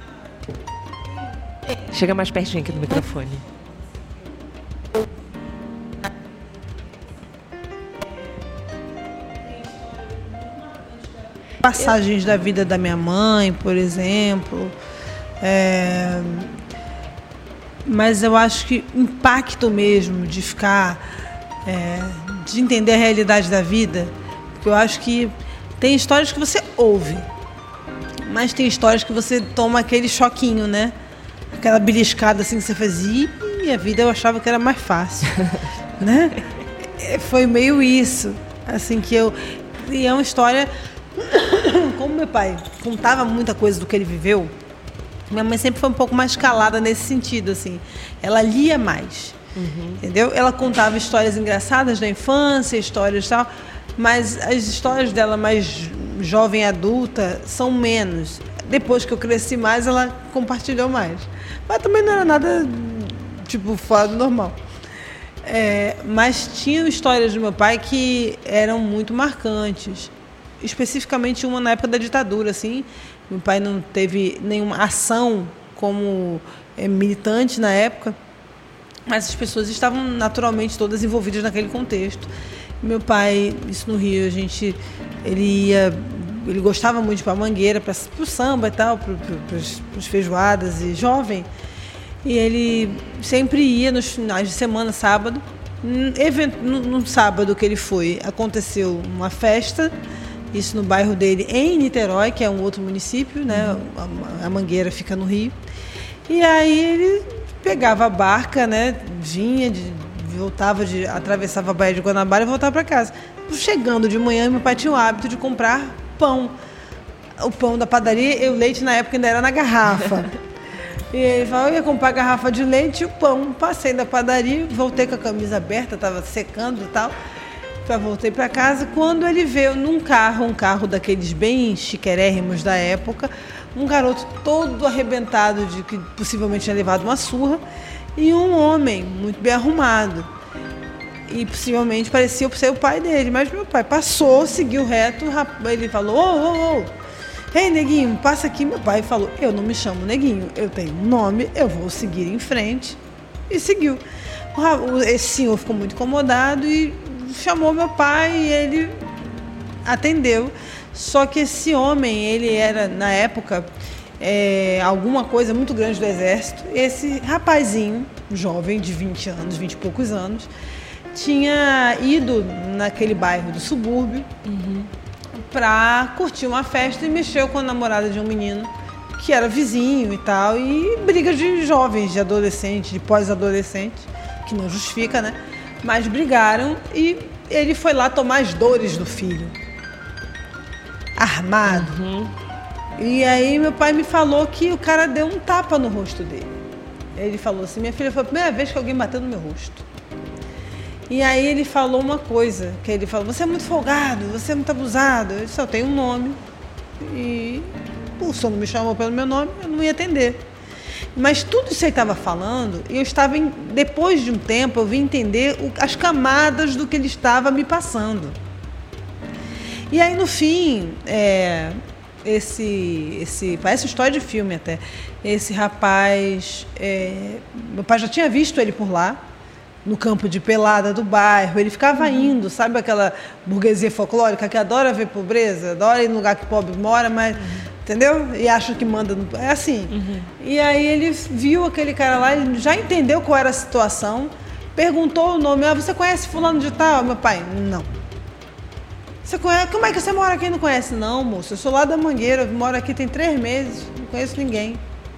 Chega mais pertinho aqui do microfone. Passagens da vida da minha mãe, por exemplo. É... Mas eu acho que impacto mesmo de ficar, é... de entender a realidade da vida, porque eu acho que tem histórias que você ouve, mas tem histórias que você toma aquele choquinho, né? Aquela beliscada assim que você fazia, e a vida eu achava que era mais fácil, né? Foi meio isso, assim que eu... E é uma história... Como meu pai contava muita coisa do que ele viveu, minha mãe sempre foi um pouco mais calada nesse sentido, assim. Ela lia mais, uhum. entendeu? Ela contava histórias engraçadas da infância, histórias e tal, mas as histórias dela mais jovem adulta são menos. Depois que eu cresci mais, ela compartilhou mais. Mas também não era nada, tipo, fora do normal. É, mas tinham histórias do meu pai que eram muito marcantes. Especificamente uma na época da ditadura, assim. Meu pai não teve nenhuma ação como é, militante na época, mas as pessoas estavam naturalmente todas envolvidas naquele contexto. Meu pai, isso no Rio, a gente, ele ia, ele gostava muito de ir para a Mangueira, para o samba e tal, para as feijoadas, e jovem. E ele sempre ia nos finais de semana, sábado. No, no sábado que ele foi, aconteceu uma festa, isso no bairro dele, em Niterói, que é um outro município, né? A, a Mangueira fica no Rio. E aí ele pegava a barca, né? Vinha, de, voltava, de, atravessava a Baía de Guanabara e voltava para casa. Chegando de manhã, meu pai tinha o hábito de comprar pão. O pão da padaria, e o leite na época ainda era na garrafa. E ele falou, eu ia comprar a garrafa de leite e o pão. Passei da padaria, voltei com a camisa aberta, estava secando e tal. Voltei para casa, quando ele veio num carro, um carro daqueles bem chiquérrimos da época, um garoto todo arrebentado, de que possivelmente tinha levado uma surra, e um homem muito bem arrumado. E possivelmente parecia ser o pai dele, mas meu pai passou, seguiu reto, ele falou, ô, ô, ô, ei, neguinho, passa aqui. Meu pai falou, eu não me chamo neguinho, eu tenho um nome, eu vou seguir em frente. E seguiu. Esse senhor ficou muito incomodado e chamou meu pai e ele atendeu. Só que esse homem, ele era, na época, é, alguma coisa muito grande do exército. Esse rapazinho, jovem, de vinte anos, vinte e poucos anos, tinha ido naquele bairro do subúrbio, uhum, para curtir uma festa e mexeu com a namorada de um menino que era vizinho e tal. E briga de jovens, de adolescentes, de pós-adolescentes, que não justifica, né? Mas brigaram e ele foi lá tomar as dores do filho, armado. Uhum. E aí meu pai me falou que o cara deu um tapa no rosto dele. Ele falou assim, minha filha, foi a primeira vez que alguém bateu no meu rosto. E aí ele falou uma coisa, que ele falou, você é muito folgado, você é muito abusado. Eu só tenho um nome e o senhor não me chamou pelo meu nome, eu não ia atender. Mas tudo isso aí estava falando, e eu estava, em, depois de um tempo, eu vim entender o, as camadas do que ele estava me passando. E aí, no fim, é, esse, esse, parece história de filme até, esse rapaz, é, meu pai já tinha visto ele por lá, no campo de pelada do bairro, ele ficava uhum. indo, sabe aquela burguesia folclórica que adora ver pobreza, adora ir no lugar que pobre mora, mas... Uhum. Entendeu? E acha que manda... No... É assim. Uhum. E aí ele viu aquele cara lá, ele já entendeu qual era a situação, perguntou o nome. Ah, você conhece fulano de tal? Meu pai, não. Você conhece? Como é que você mora aqui e não conhece? Não, moço, eu sou lá da Mangueira, eu moro aqui tem três meses, não conheço ninguém.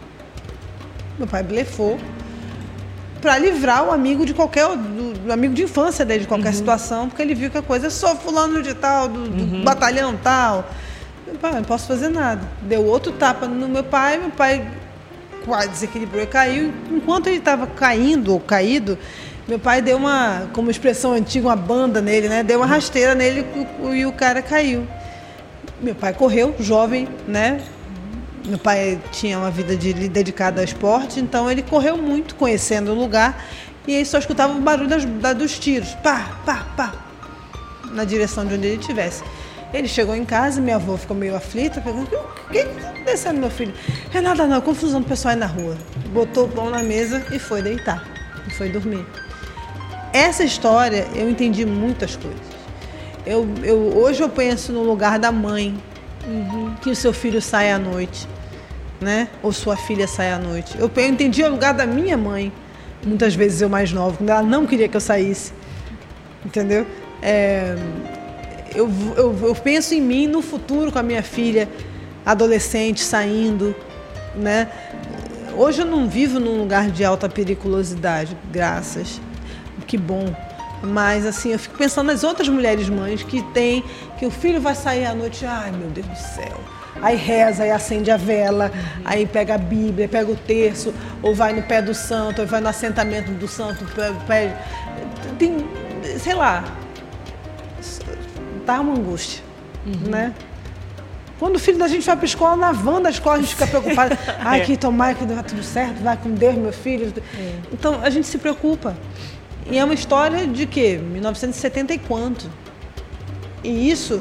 Meu pai blefou para livrar o amigo de qualquer... Do, do amigo de infância dele, de qualquer uhum. situação, porque ele viu que a coisa, eu sou fulano de tal, do, do uhum. batalhão tal... Meu pai, não posso fazer nada. Deu outro tapa no meu pai, meu pai quase desequilibrou e caiu. Enquanto ele estava caindo ou caído, meu pai deu uma, como expressão antiga, uma banda nele, né? Deu uma rasteira nele e o cara caiu. Meu pai correu, jovem, né? Meu pai tinha uma vida de, dedicada ao esporte, então ele correu muito, conhecendo o lugar, e aí só escutava o barulho das, da, dos tiros. Pá, pá, pá, na direção de onde ele estivesse. Ele chegou em casa, minha avó ficou meio aflita, perguntou, o que está acontecendo, meu filho? É nada não, confusão do pessoal aí na rua. Botou o pão na mesa e foi deitar, e foi dormir. Essa história, eu entendi muitas coisas. Eu, eu, hoje eu penso no lugar da mãe, uhum. que o seu filho sai à noite, né? Ou sua filha sai à noite. Eu, eu entendi o lugar da minha mãe, muitas vezes eu mais nova, quando ela não queria que eu saísse, entendeu? É... Eu, eu, eu penso em mim no futuro com a minha filha adolescente saindo, né? Hoje eu não vivo num lugar de alta periculosidade, graças, que bom. Mas assim, eu fico pensando nas outras mulheres mães que tem, que o filho vai sair à noite, ai meu Deus do céu. Aí reza, aí acende a vela, uhum. aí pega a Bíblia, pega o terço, ou vai no pé do santo, ou vai no assentamento do santo, pé, tem, sei lá. Tá uma angústia, uhum. né? Quando o filho da gente vai para a escola, na van da escola, a gente fica preocupada. Ai, que tomar, que vai tudo certo, vai com Deus, meu filho. É. Então, a gente se preocupa. E é uma história de quê? mil novecentos e setenta e quanto? E isso,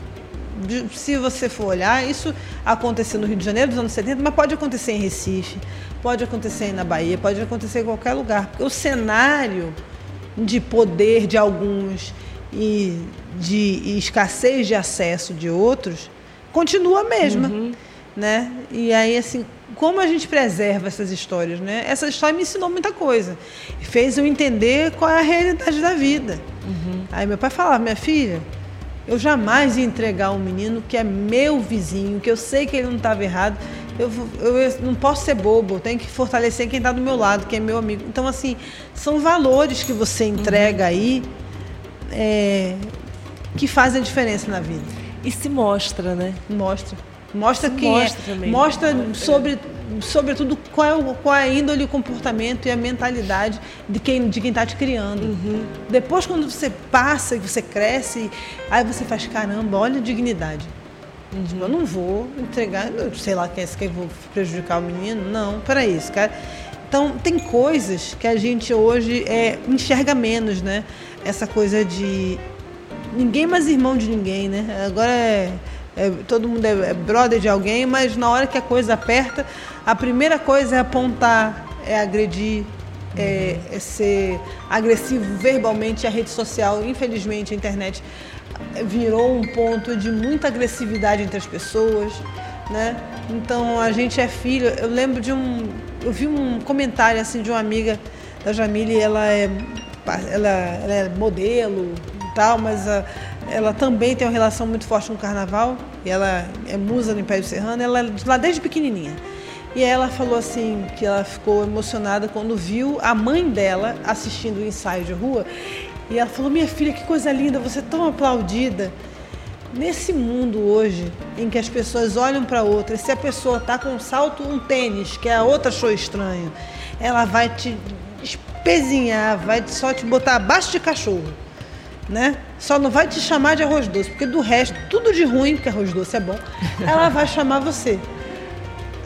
se você for olhar, isso aconteceu no Rio de Janeiro dos anos setenta, mas pode acontecer em Recife, pode acontecer na Bahia, pode acontecer em qualquer lugar. Porque o cenário de poder de alguns e de escassez de acesso de outros continua a mesma, uhum. né? E aí, assim, como a gente preserva essas histórias, né? Essa história me ensinou muita coisa, fez eu entender qual é a realidade da vida. Uhum. Aí meu pai falava, minha filha, eu jamais ia entregar um menino que é meu vizinho, que eu sei que ele não estava errado, eu, eu, eu não posso ser bobo, eu tenho que fortalecer quem está do meu lado, que é meu amigo. Então, assim, são valores que você entrega uhum. aí, É, que fazem a diferença na vida. E se mostra, né? Mostra. Mostra se quem mostra é. Também. Mostra sobre, sobretudo qual é, o, qual é a índole, o comportamento e a mentalidade de quem de quem está te criando. Uhum. Depois, quando você passa e você cresce, aí você faz, caramba, olha a dignidade. Uhum. Tipo, eu não vou entregar, sei lá, quem é esse que eu vou prejudicar o menino. Não, peraí, esse cara... Então, tem coisas que a gente hoje é, enxerga menos, né? Essa coisa de ninguém mais irmão de ninguém, né? Agora é, é, todo mundo é, é brother de alguém, mas na hora que a coisa aperta, a primeira coisa é apontar, é agredir, é, é ser agressivo verbalmente. A rede social, infelizmente, a internet virou um ponto de muita agressividade entre as pessoas, né? Então, a gente é filho. Eu lembro de um... Eu vi um comentário assim de uma amiga da Jamile, ela é, ela, ela é modelo e tal, mas a, ela também tem uma relação muito forte com o carnaval, e ela é musa no Império Serrano, ela é de lá desde pequenininha. E ela falou assim, que ela ficou emocionada quando viu a mãe dela assistindo o ensaio de rua, e ela falou, minha filha, que coisa linda, você é tão aplaudida. Nesse mundo hoje, em que as pessoas olham para outra, e se a pessoa está com um salto, um tênis, que a outra achou estranho, ela vai te espezinhar, vai só te botar abaixo de cachorro, né? Só não vai te chamar de arroz doce, porque do resto, tudo de ruim, porque arroz doce é bom, ela vai chamar você.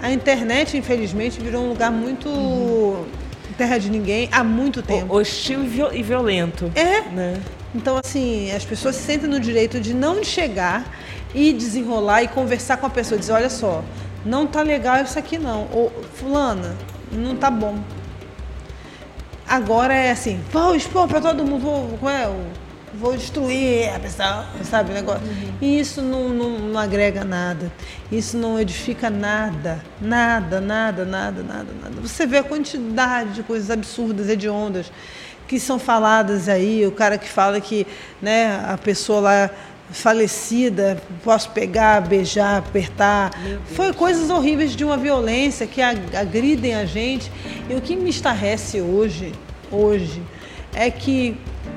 A internet, infelizmente, virou um lugar muito uhum. terra de ninguém há muito tempo. Hostil e violento. É. Né? Então, assim, as pessoas se sentem no direito de não chegar e desenrolar e conversar com a pessoa. Dizer, olha só, não tá legal isso aqui não. Ou, fulana, não tá bom. Agora é assim, vou expor para todo mundo, vou, como é, vou destruir a pessoa, sabe, o negócio. Uhum. E isso não, não, não agrega nada, isso não edifica nada, nada, nada, nada, nada, nada. Você vê a quantidade de coisas absurdas, hediondas, que são faladas aí, o cara que fala que, né, a pessoa lá falecida, posso pegar, beijar, apertar. Foi coisas horríveis de uma violência que agridem a gente. E o que me estarrece hoje, hoje, é que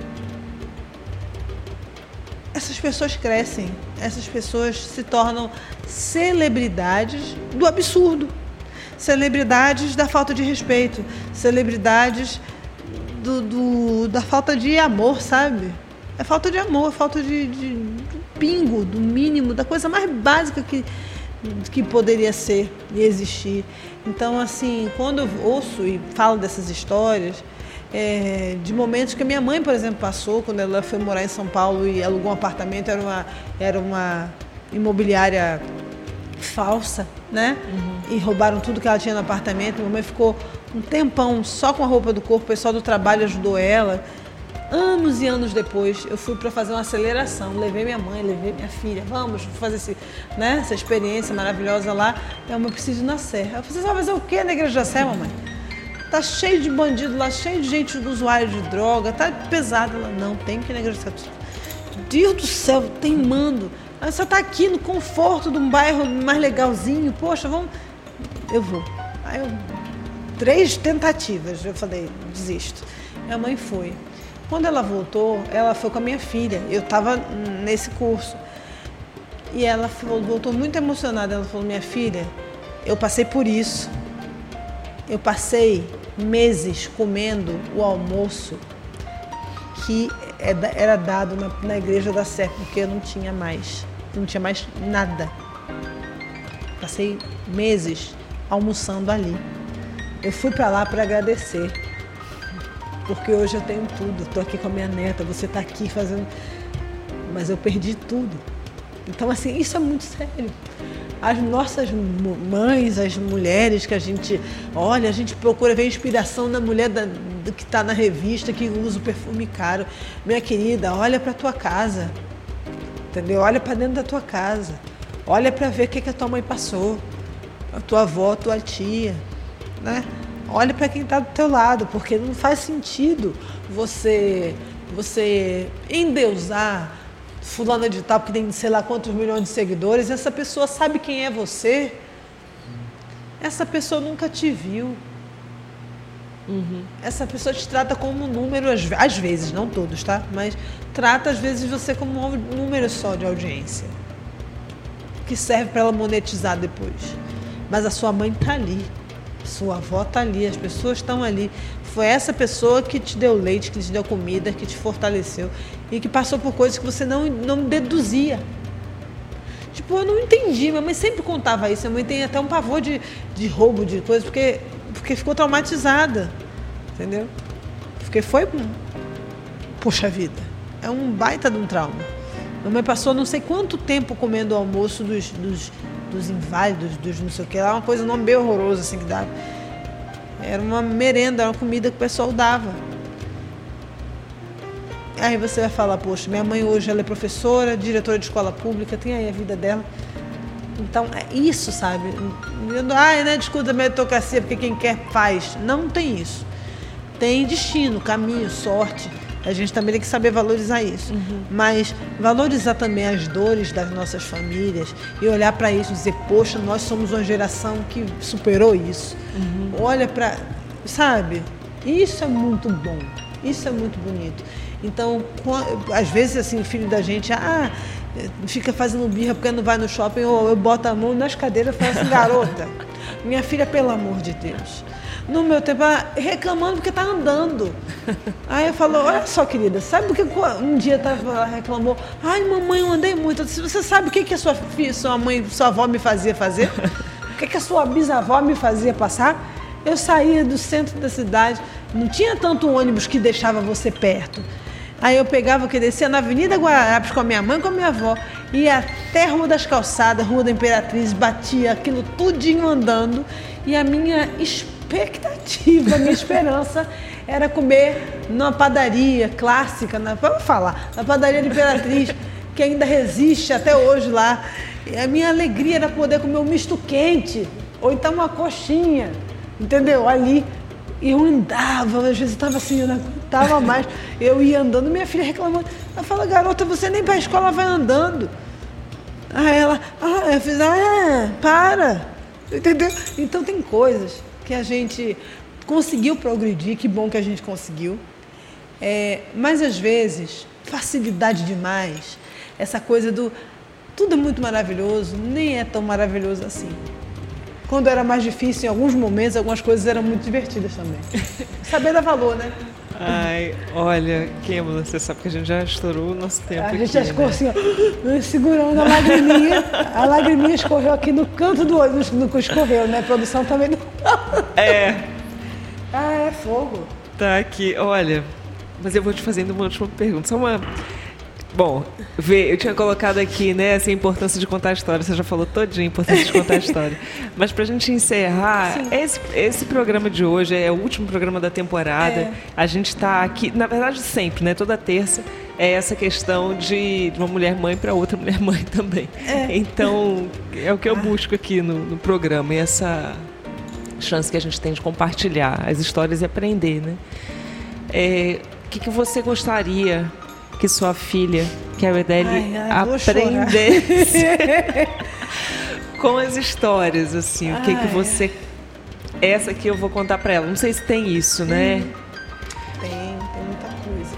essas pessoas crescem, essas pessoas se tornam celebridades do absurdo, celebridades da falta de respeito, celebridades do, do, da falta de amor, sabe? É falta de amor, falta de, de, de pingo, do mínimo, da coisa mais básica que, que poderia ser e existir. Então, assim, quando eu ouço e falo dessas histórias, é, de momentos que a minha mãe, por exemplo, passou, quando ela foi morar em São Paulo e alugou um apartamento, era uma, era uma imobiliária falsa, né? Uhum. E roubaram tudo que ela tinha no apartamento. Minha mãe ficou um tempão só com a roupa do corpo, o pessoal do trabalho ajudou ela. Anos e anos depois, eu fui para fazer uma aceleração, levei minha mãe, levei minha filha, vamos fazer esse, né, essa experiência maravilhosa lá. Eu preciso ir na Serra. Eu falei, você vai fazer o quê na igreja da Serra, mamãe? Tá cheio de bandido lá, cheio de gente usuário de droga, tá pesado. Ela, não, tem que ir na igreja da Serra. Deus do céu, teimando. Você tá aqui no conforto de um bairro mais legalzinho, poxa, vamos... Eu vou. Aí eu... Três tentativas, eu falei, desisto. Minha mãe foi. Quando ela voltou, ela foi com a minha filha. Eu estava nesse curso. E ela falou, voltou muito emocionada. Ela falou, minha filha, eu passei por isso. Eu passei meses comendo o almoço que era dado na, na igreja da Sé, porque eu não tinha mais. Não tinha mais nada. Passei meses almoçando ali. Eu fui para lá para agradecer. Porque hoje eu tenho tudo, estou aqui com a minha neta, você está aqui fazendo... Mas eu perdi tudo. Então, assim, isso é muito sério. As nossas mães, as mulheres que a gente olha, a gente procura ver inspiração na mulher da, que está na revista, que usa o perfume caro. Minha querida, olha para a tua casa, entendeu? Olha para dentro da tua casa. Olha para ver o que, que a tua mãe passou, a tua avó, a tua tia, né? Olha para quem está do teu lado, porque não faz sentido você, você endeusar fulana de tal, que tem sei lá quantos milhões de seguidores, essa pessoa sabe quem é você, essa pessoa nunca te viu. Uhum. Essa pessoa te trata como um número, às, às vezes, não todos, tá? Mas trata às vezes você como um número só de audiência, que serve para ela monetizar depois. Mas a sua mãe está ali. Sua avó está ali, as pessoas estão ali. Foi essa pessoa que te deu leite, que te deu comida, que te fortaleceu e que passou por coisas que você não, não deduzia. Tipo, eu não entendi. Minha mãe sempre contava isso. Minha mãe tem até um pavor de, de roubo, de coisas, porque, porque ficou traumatizada. Entendeu? Porque foi... Poxa vida, é um baita de um trauma. Minha mãe passou não sei quanto tempo comendo o almoço dos... dos dos inválidos, dos não sei o que, era uma coisa, um nome bem horroroso assim que dava. Era uma merenda, era uma comida que o pessoal dava. Aí você vai falar, poxa, minha mãe hoje ela é professora, diretora de escola pública, tem aí a vida dela. Então, é isso, sabe? Ah, né, discuta a meritocracia, porque quem quer faz. Não tem isso. Tem destino, caminho, sorte. A gente também tem que saber valorizar isso. Uhum. Mas valorizar também as dores das nossas famílias e olhar para isso e dizer, poxa, nós somos uma geração que superou isso. Uhum. Olha para... Sabe? Isso é muito bom. Isso é muito bonito. Então, às vezes, assim, o filho da gente, ah, fica fazendo birra porque não vai no shopping, ou eu boto a mão nas cadeiras e falo assim, garota, minha filha, pelo amor de Deus... No meu tempo, reclamando porque tá andando. Aí eu falo, olha só, querida, sabe por que um dia ela reclamou? Ai, mamãe, eu andei muito. Eu disse, você sabe o que, que a sua filha, sua mãe, sua avó me fazia fazer? O que, que a sua bisavó me fazia passar? Eu saía do centro da cidade, não tinha tanto ônibus que deixava você perto. Aí eu pegava, que descia na Avenida Guararapes com a minha mãe e com a minha avó, ia até a Rua das Calçadas, Rua da Imperatriz, batia aquilo tudinho andando, e a minha expectativa, a minha esperança era comer numa padaria clássica, na, vamos falar, na padaria da Imperatriz, que ainda resiste até hoje lá. E a minha alegria era poder comer um misto quente, ou então uma coxinha, entendeu? Ali. E eu andava, às vezes estava assim, eu não aguentava mais. Eu ia andando, minha filha reclamando. Ela fala, garota, você nem para a escola vai andando. Aí ela, ah, eu fiz, ah, para. Entendeu? Então tem coisas que a gente conseguiu progredir, que bom que a gente conseguiu. É, mas às vezes, facilidade demais, essa coisa do tudo é muito maravilhoso, nem é tão maravilhoso assim. Quando era mais difícil, em alguns momentos, algumas coisas eram muito divertidas também. Saber dar valor, né? Ai, olha, Kêmula, você sabe que a gente já estourou o nosso tempo. A aqui, gente já ficou né? assim, ó, segurando a lagriminha. A lagriminha escorreu aqui no canto do olho, no que escorreu, né? A produção também não. É. Ah, é fogo. Tá aqui, olha, mas eu vou te fazendo uma última pergunta. Só uma. Bom, vê, eu tinha colocado aqui, né, assim, a importância de contar a história. Você já falou todinho a importância de contar a história. Mas pra gente encerrar, esse, esse programa de hoje é o último programa da temporada. É. A gente tá aqui, na verdade sempre, né, toda terça, é essa questão de, de uma mulher mãe para outra mulher mãe também. É. Então, é o que eu busco aqui no, no programa. E essa chance que a gente tem de compartilhar as histórias e aprender, né? É, o que, que você gostaria que sua filha, que é a Edeli, aprendesse com as histórias, assim, ai, o que que você... Essa aqui eu vou contar para ela. Não sei se tem isso, né? Tem, tem muita coisa.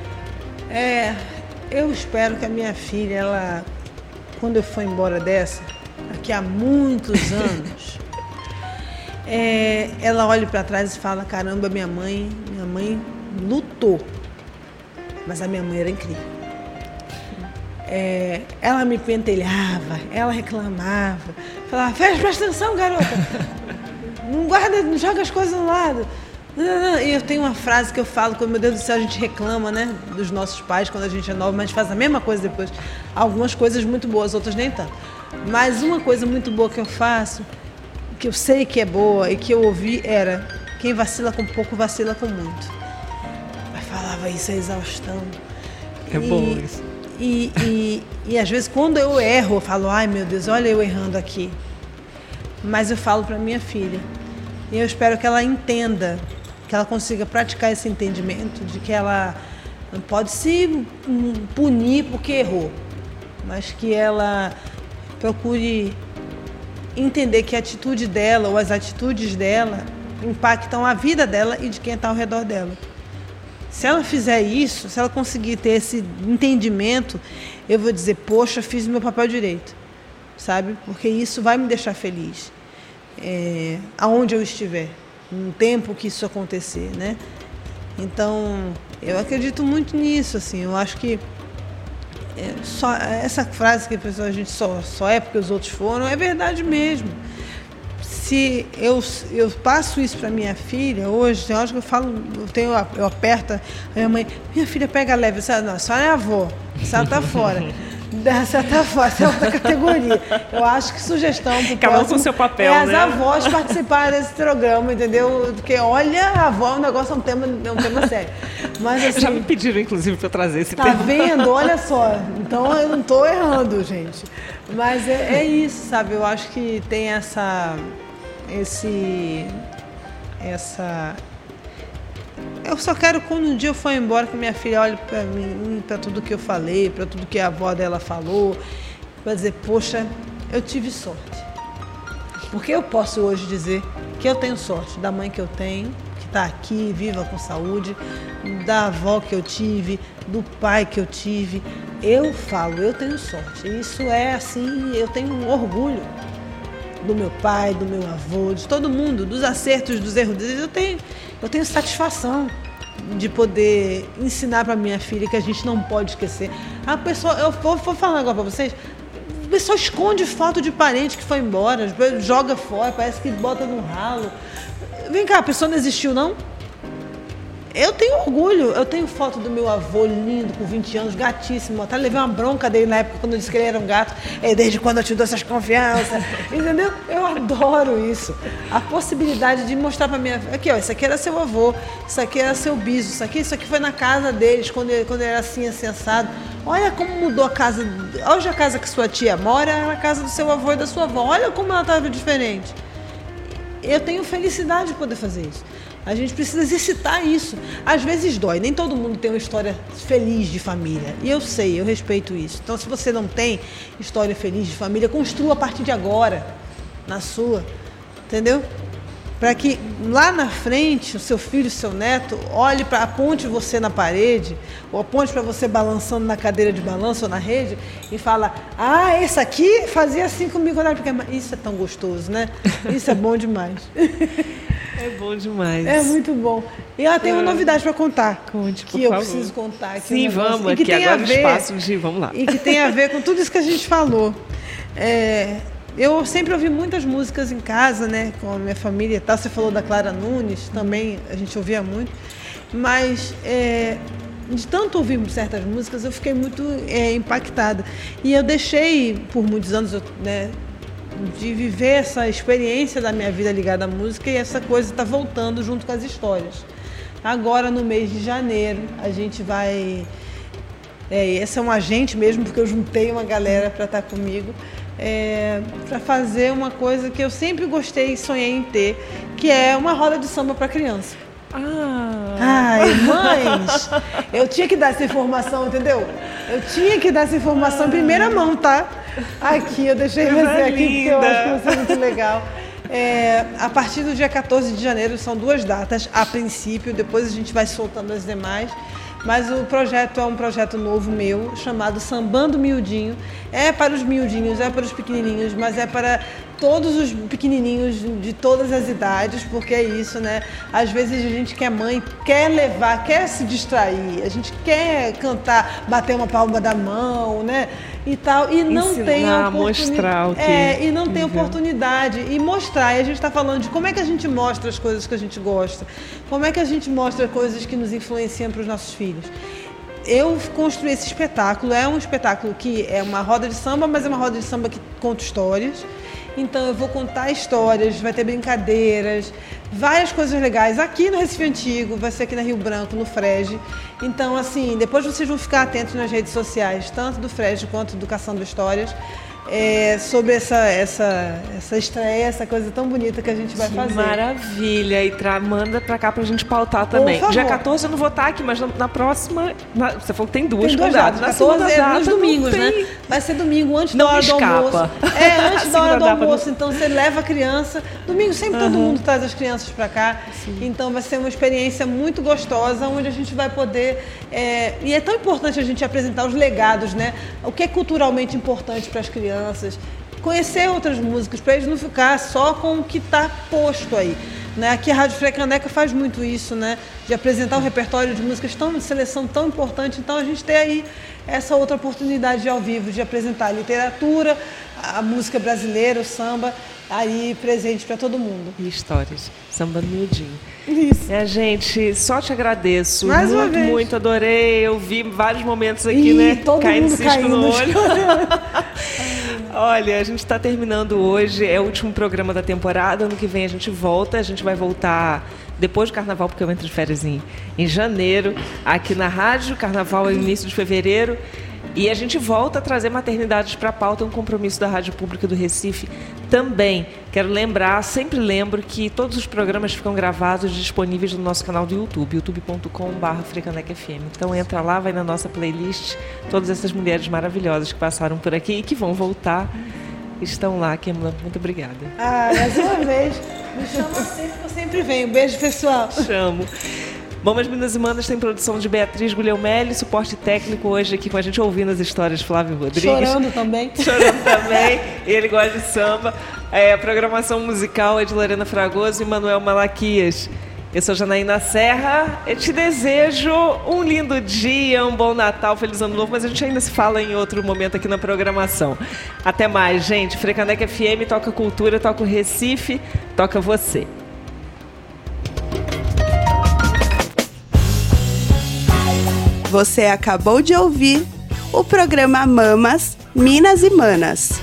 É, eu espero que a minha filha, ela, quando eu for embora dessa, daqui a muitos anos, é, ela olhe para trás e fala, caramba, minha mãe, minha mãe lutou. Mas a minha mãe era incrível. É, ela me pentelhava, ela reclamava, falava, Fez, presta atenção, garota. Não guarda, não joga as coisas no lado. E eu tenho uma frase que eu falo, quando, meu Deus do céu, a gente reclama, né, dos nossos pais quando a gente é nova, mas faz a mesma coisa depois. Algumas coisas muito boas, outras nem tanto. Mas uma coisa muito boa que eu faço, que eu sei que é boa e que eu ouvi, era quem vacila com pouco, vacila com muito. Falava isso, é exaustão. É e, bom isso. E, e, e às vezes quando eu erro, eu falo, ai meu Deus, olha eu errando aqui. Mas eu falo para minha filha. E eu espero que ela entenda, que ela consiga praticar esse entendimento de que ela não pode se punir porque errou, mas que ela procure entender que a atitude dela ou as atitudes dela impactam a vida dela e de quem está ao redor dela. Se ela fizer isso, se ela conseguir ter esse entendimento, eu vou dizer, poxa, fiz o meu papel direito, sabe? Porque isso vai me deixar feliz, é, aonde eu estiver, no tempo que isso acontecer, né? Então, eu acredito muito nisso, assim, eu acho que é, só, essa frase que a, pessoa, a gente só, só é porque os outros foram, é verdade mesmo. Se eu, eu passo isso para minha filha hoje, eu acho que eu falo, eu, tenho, eu aperto a minha mãe, minha filha pega leve, sabe? Não, a senhora é avó, a senhora está fora. A senhora está fora, a senhora é outra categoria. Eu acho que sugestão para o Cada um com o seu papel, é né? as avós participarem desse programa, entendeu? Porque olha, a avó é um negócio, é um tema, é um tema sério. Mas, assim, já me pediram, inclusive, para trazer esse tá tema. Tá vendo? Olha só. Então eu não estou errando, gente. Mas é, é isso, sabe? Eu acho que tem essa... esse essa eu só quero quando um dia eu for embora que minha filha olhe para mim, para tudo que eu falei, para tudo que a avó dela falou, para dizer, poxa, eu tive sorte. Porque eu posso hoje dizer que eu tenho sorte da mãe que eu tenho, que está aqui, viva com saúde, da avó que eu tive, do pai que eu tive. Eu falo, eu tenho sorte. Isso é assim, eu tenho um orgulho do meu pai, do meu avô, de todo mundo, dos acertos, dos erros deles. Eu tenho, eu tenho satisfação de poder ensinar para minha filha que a gente não pode esquecer. A pessoa, eu vou, vou falar agora para vocês, O pessoal esconde foto de parente que foi embora, joga fora, parece que bota no ralo. Vem cá, a pessoa não existiu, não? Eu tenho orgulho, eu tenho foto do meu avô lindo, com vinte anos, gatíssimo. Até levei uma bronca dele na época, quando eu disse que ele era um gato. É, desde quando eu te dou essas confianças, entendeu? Eu adoro isso. A possibilidade de mostrar pra minha... Aqui, ó, isso aqui era seu avô, isso aqui era seu biso, isso aqui, isso aqui foi na casa deles, quando ele, quando ele era assim, assim, assado. Olha como mudou a casa. Hoje a casa que sua tia mora é a casa do seu avô e da sua avó. Olha como ela estava diferente. Eu tenho felicidade de poder fazer isso. A gente precisa exercitar isso. Às vezes dói. Nem todo mundo tem uma história feliz de família. E eu sei, eu respeito isso. Então, se você não tem história feliz de família, construa a partir de agora, na sua. Entendeu? Para que lá na frente, o seu filho, o seu neto, olhe para aponte você na parede, ou aponte para você balançando na cadeira de balanço ou na rede, e fala, ah, esse aqui fazia assim comigo. Isso é tão gostoso, né? Isso é bom demais. É bom demais. É muito bom. E ela tem uma novidade para contar. Conte, por que eu favor. preciso contar. Aqui Sim, um vamos. E que aqui tem agora a ver, espaço de... Vamos lá. E que tem a ver com tudo isso que a gente falou. É, eu sempre ouvi muitas músicas em casa, né? Com a minha família e tal. Você falou da Clara Nunes, também a gente ouvia muito. Mas... É, de tanto ouvir certas músicas, eu fiquei muito é, impactada. E eu deixei, por muitos anos, eu, né, de viver essa experiência da minha vida ligada à música, e essa coisa está voltando junto com as histórias. Agora, no mês de janeiro, a gente vai... É, esse é um agente mesmo, porque eu juntei uma galera para estar comigo, é, para fazer uma coisa que eu sempre gostei e sonhei em ter, que é uma roda de samba para criança. Ah. Ai, mães, eu tinha que dar essa informação, entendeu? Eu tinha que dar essa informação em primeira mão, tá? Aqui, eu deixei você aqui porque eu acho que vai ser muito legal. É, a partir do dia quatorze de janeiro, são duas datas, a princípio, depois a gente vai soltando as demais. Mas o projeto é um projeto novo meu, chamado Sambando Miudinho. É para os miudinhos, é para os pequenininhos, mas é para todos os pequenininhos de todas as idades, porque é isso, né? Às vezes a gente que é mãe quer levar, quer se distrair, a gente quer cantar, bater uma palma da mão, né? E tal, e não Ensinar, tem a oportunidade. Mostrar o que... É, e não tem oportunidade. E mostrar, e a gente está falando de como é que a gente mostra as coisas que a gente gosta, como é que a gente mostra coisas que nos influenciam para os nossos filhos. Eu construí esse espetáculo, é um espetáculo que é uma roda de samba, mas é uma roda de samba que conta histórias. Então eu vou contar histórias, vai ter brincadeiras, várias coisas legais. Aqui no Recife Antigo, vai ser aqui na Rio Branco, no Frege. Então, assim, depois vocês vão ficar atentos nas redes sociais, tanto do Frege quanto do Caçando Histórias, é, sobre essa, essa, essa estreia, essa coisa tão bonita que a gente vai que fazer. Maravilha! E tra... manda pra cá pra gente pautar também. Dia quatorze eu não vou estar aqui, mas na próxima... Na... Você falou que tem duas, tem duas datas. Na quatorze é data, nos domingos, tem... né? Vai ser domingo, antes não da hora do escapa. almoço. É, antes da hora do almoço. Não... Então você leva a criança. Domingo sempre uhum. todo mundo traz as crianças pra cá. Sim. Então vai ser uma experiência muito gostosa, onde a gente vai poder... É... E é tão importante a gente apresentar os legados, né? O que é culturalmente importante para as crianças. Conhecer outras músicas, para eles não ficar só com o que está posto aí. Né? Aqui a Rádio Frecaneca faz muito isso, né? De apresentar um repertório de músicas tão, de seleção tão importante. Então a gente tem aí essa outra oportunidade de ao vivo, de apresentar a literatura, a música brasileira, o samba, aí presente para todo mundo. E histórias, samba miudinho. Isso. É, gente, só te agradeço. Mais muito, uma vez. muito, adorei. Eu vi vários momentos aqui, Ih, né? Todo caindo mundo cisco caindo no olho. Olha, a gente está terminando hoje, é o último programa da temporada. Ano que vem a gente volta, a gente vai voltar depois do Carnaval, porque eu entro de férias em, em janeiro, aqui na Rádio. Carnaval é no início de fevereiro. E a gente volta a trazer maternidades para a pauta, um compromisso da Rádio Pública do Recife também. Quero lembrar, sempre lembro que todos os programas ficam gravados e disponíveis no nosso canal do YouTube, youtube ponto com barra frecaneca f m. Então entra lá, vai na nossa playlist, todas essas mulheres maravilhosas que passaram por aqui e que vão voltar, estão lá. Kemla, muito obrigada. Ah, mais uma vez, me chama sempre que eu sempre venho. Beijo, pessoal. Chamo. Mamas Minas e Manas tem produção de Beatriz Guglielmelli, suporte técnico hoje aqui com a gente ouvindo as histórias de Flávio Rodrigues. Chorando também. Chorando também. Ele gosta de samba. É, a programação musical é de Lorena Fragoso e Manuel Malaquias. Eu sou Janaína Serra, eu te desejo um lindo dia, um bom Natal, Feliz Ano Novo, mas a gente ainda se fala em outro momento aqui na programação. Até mais, gente. Frecaneca F M, toca cultura, toca o Recife, toca você. Você acabou de ouvir o programa Mamas, Minas e Manas.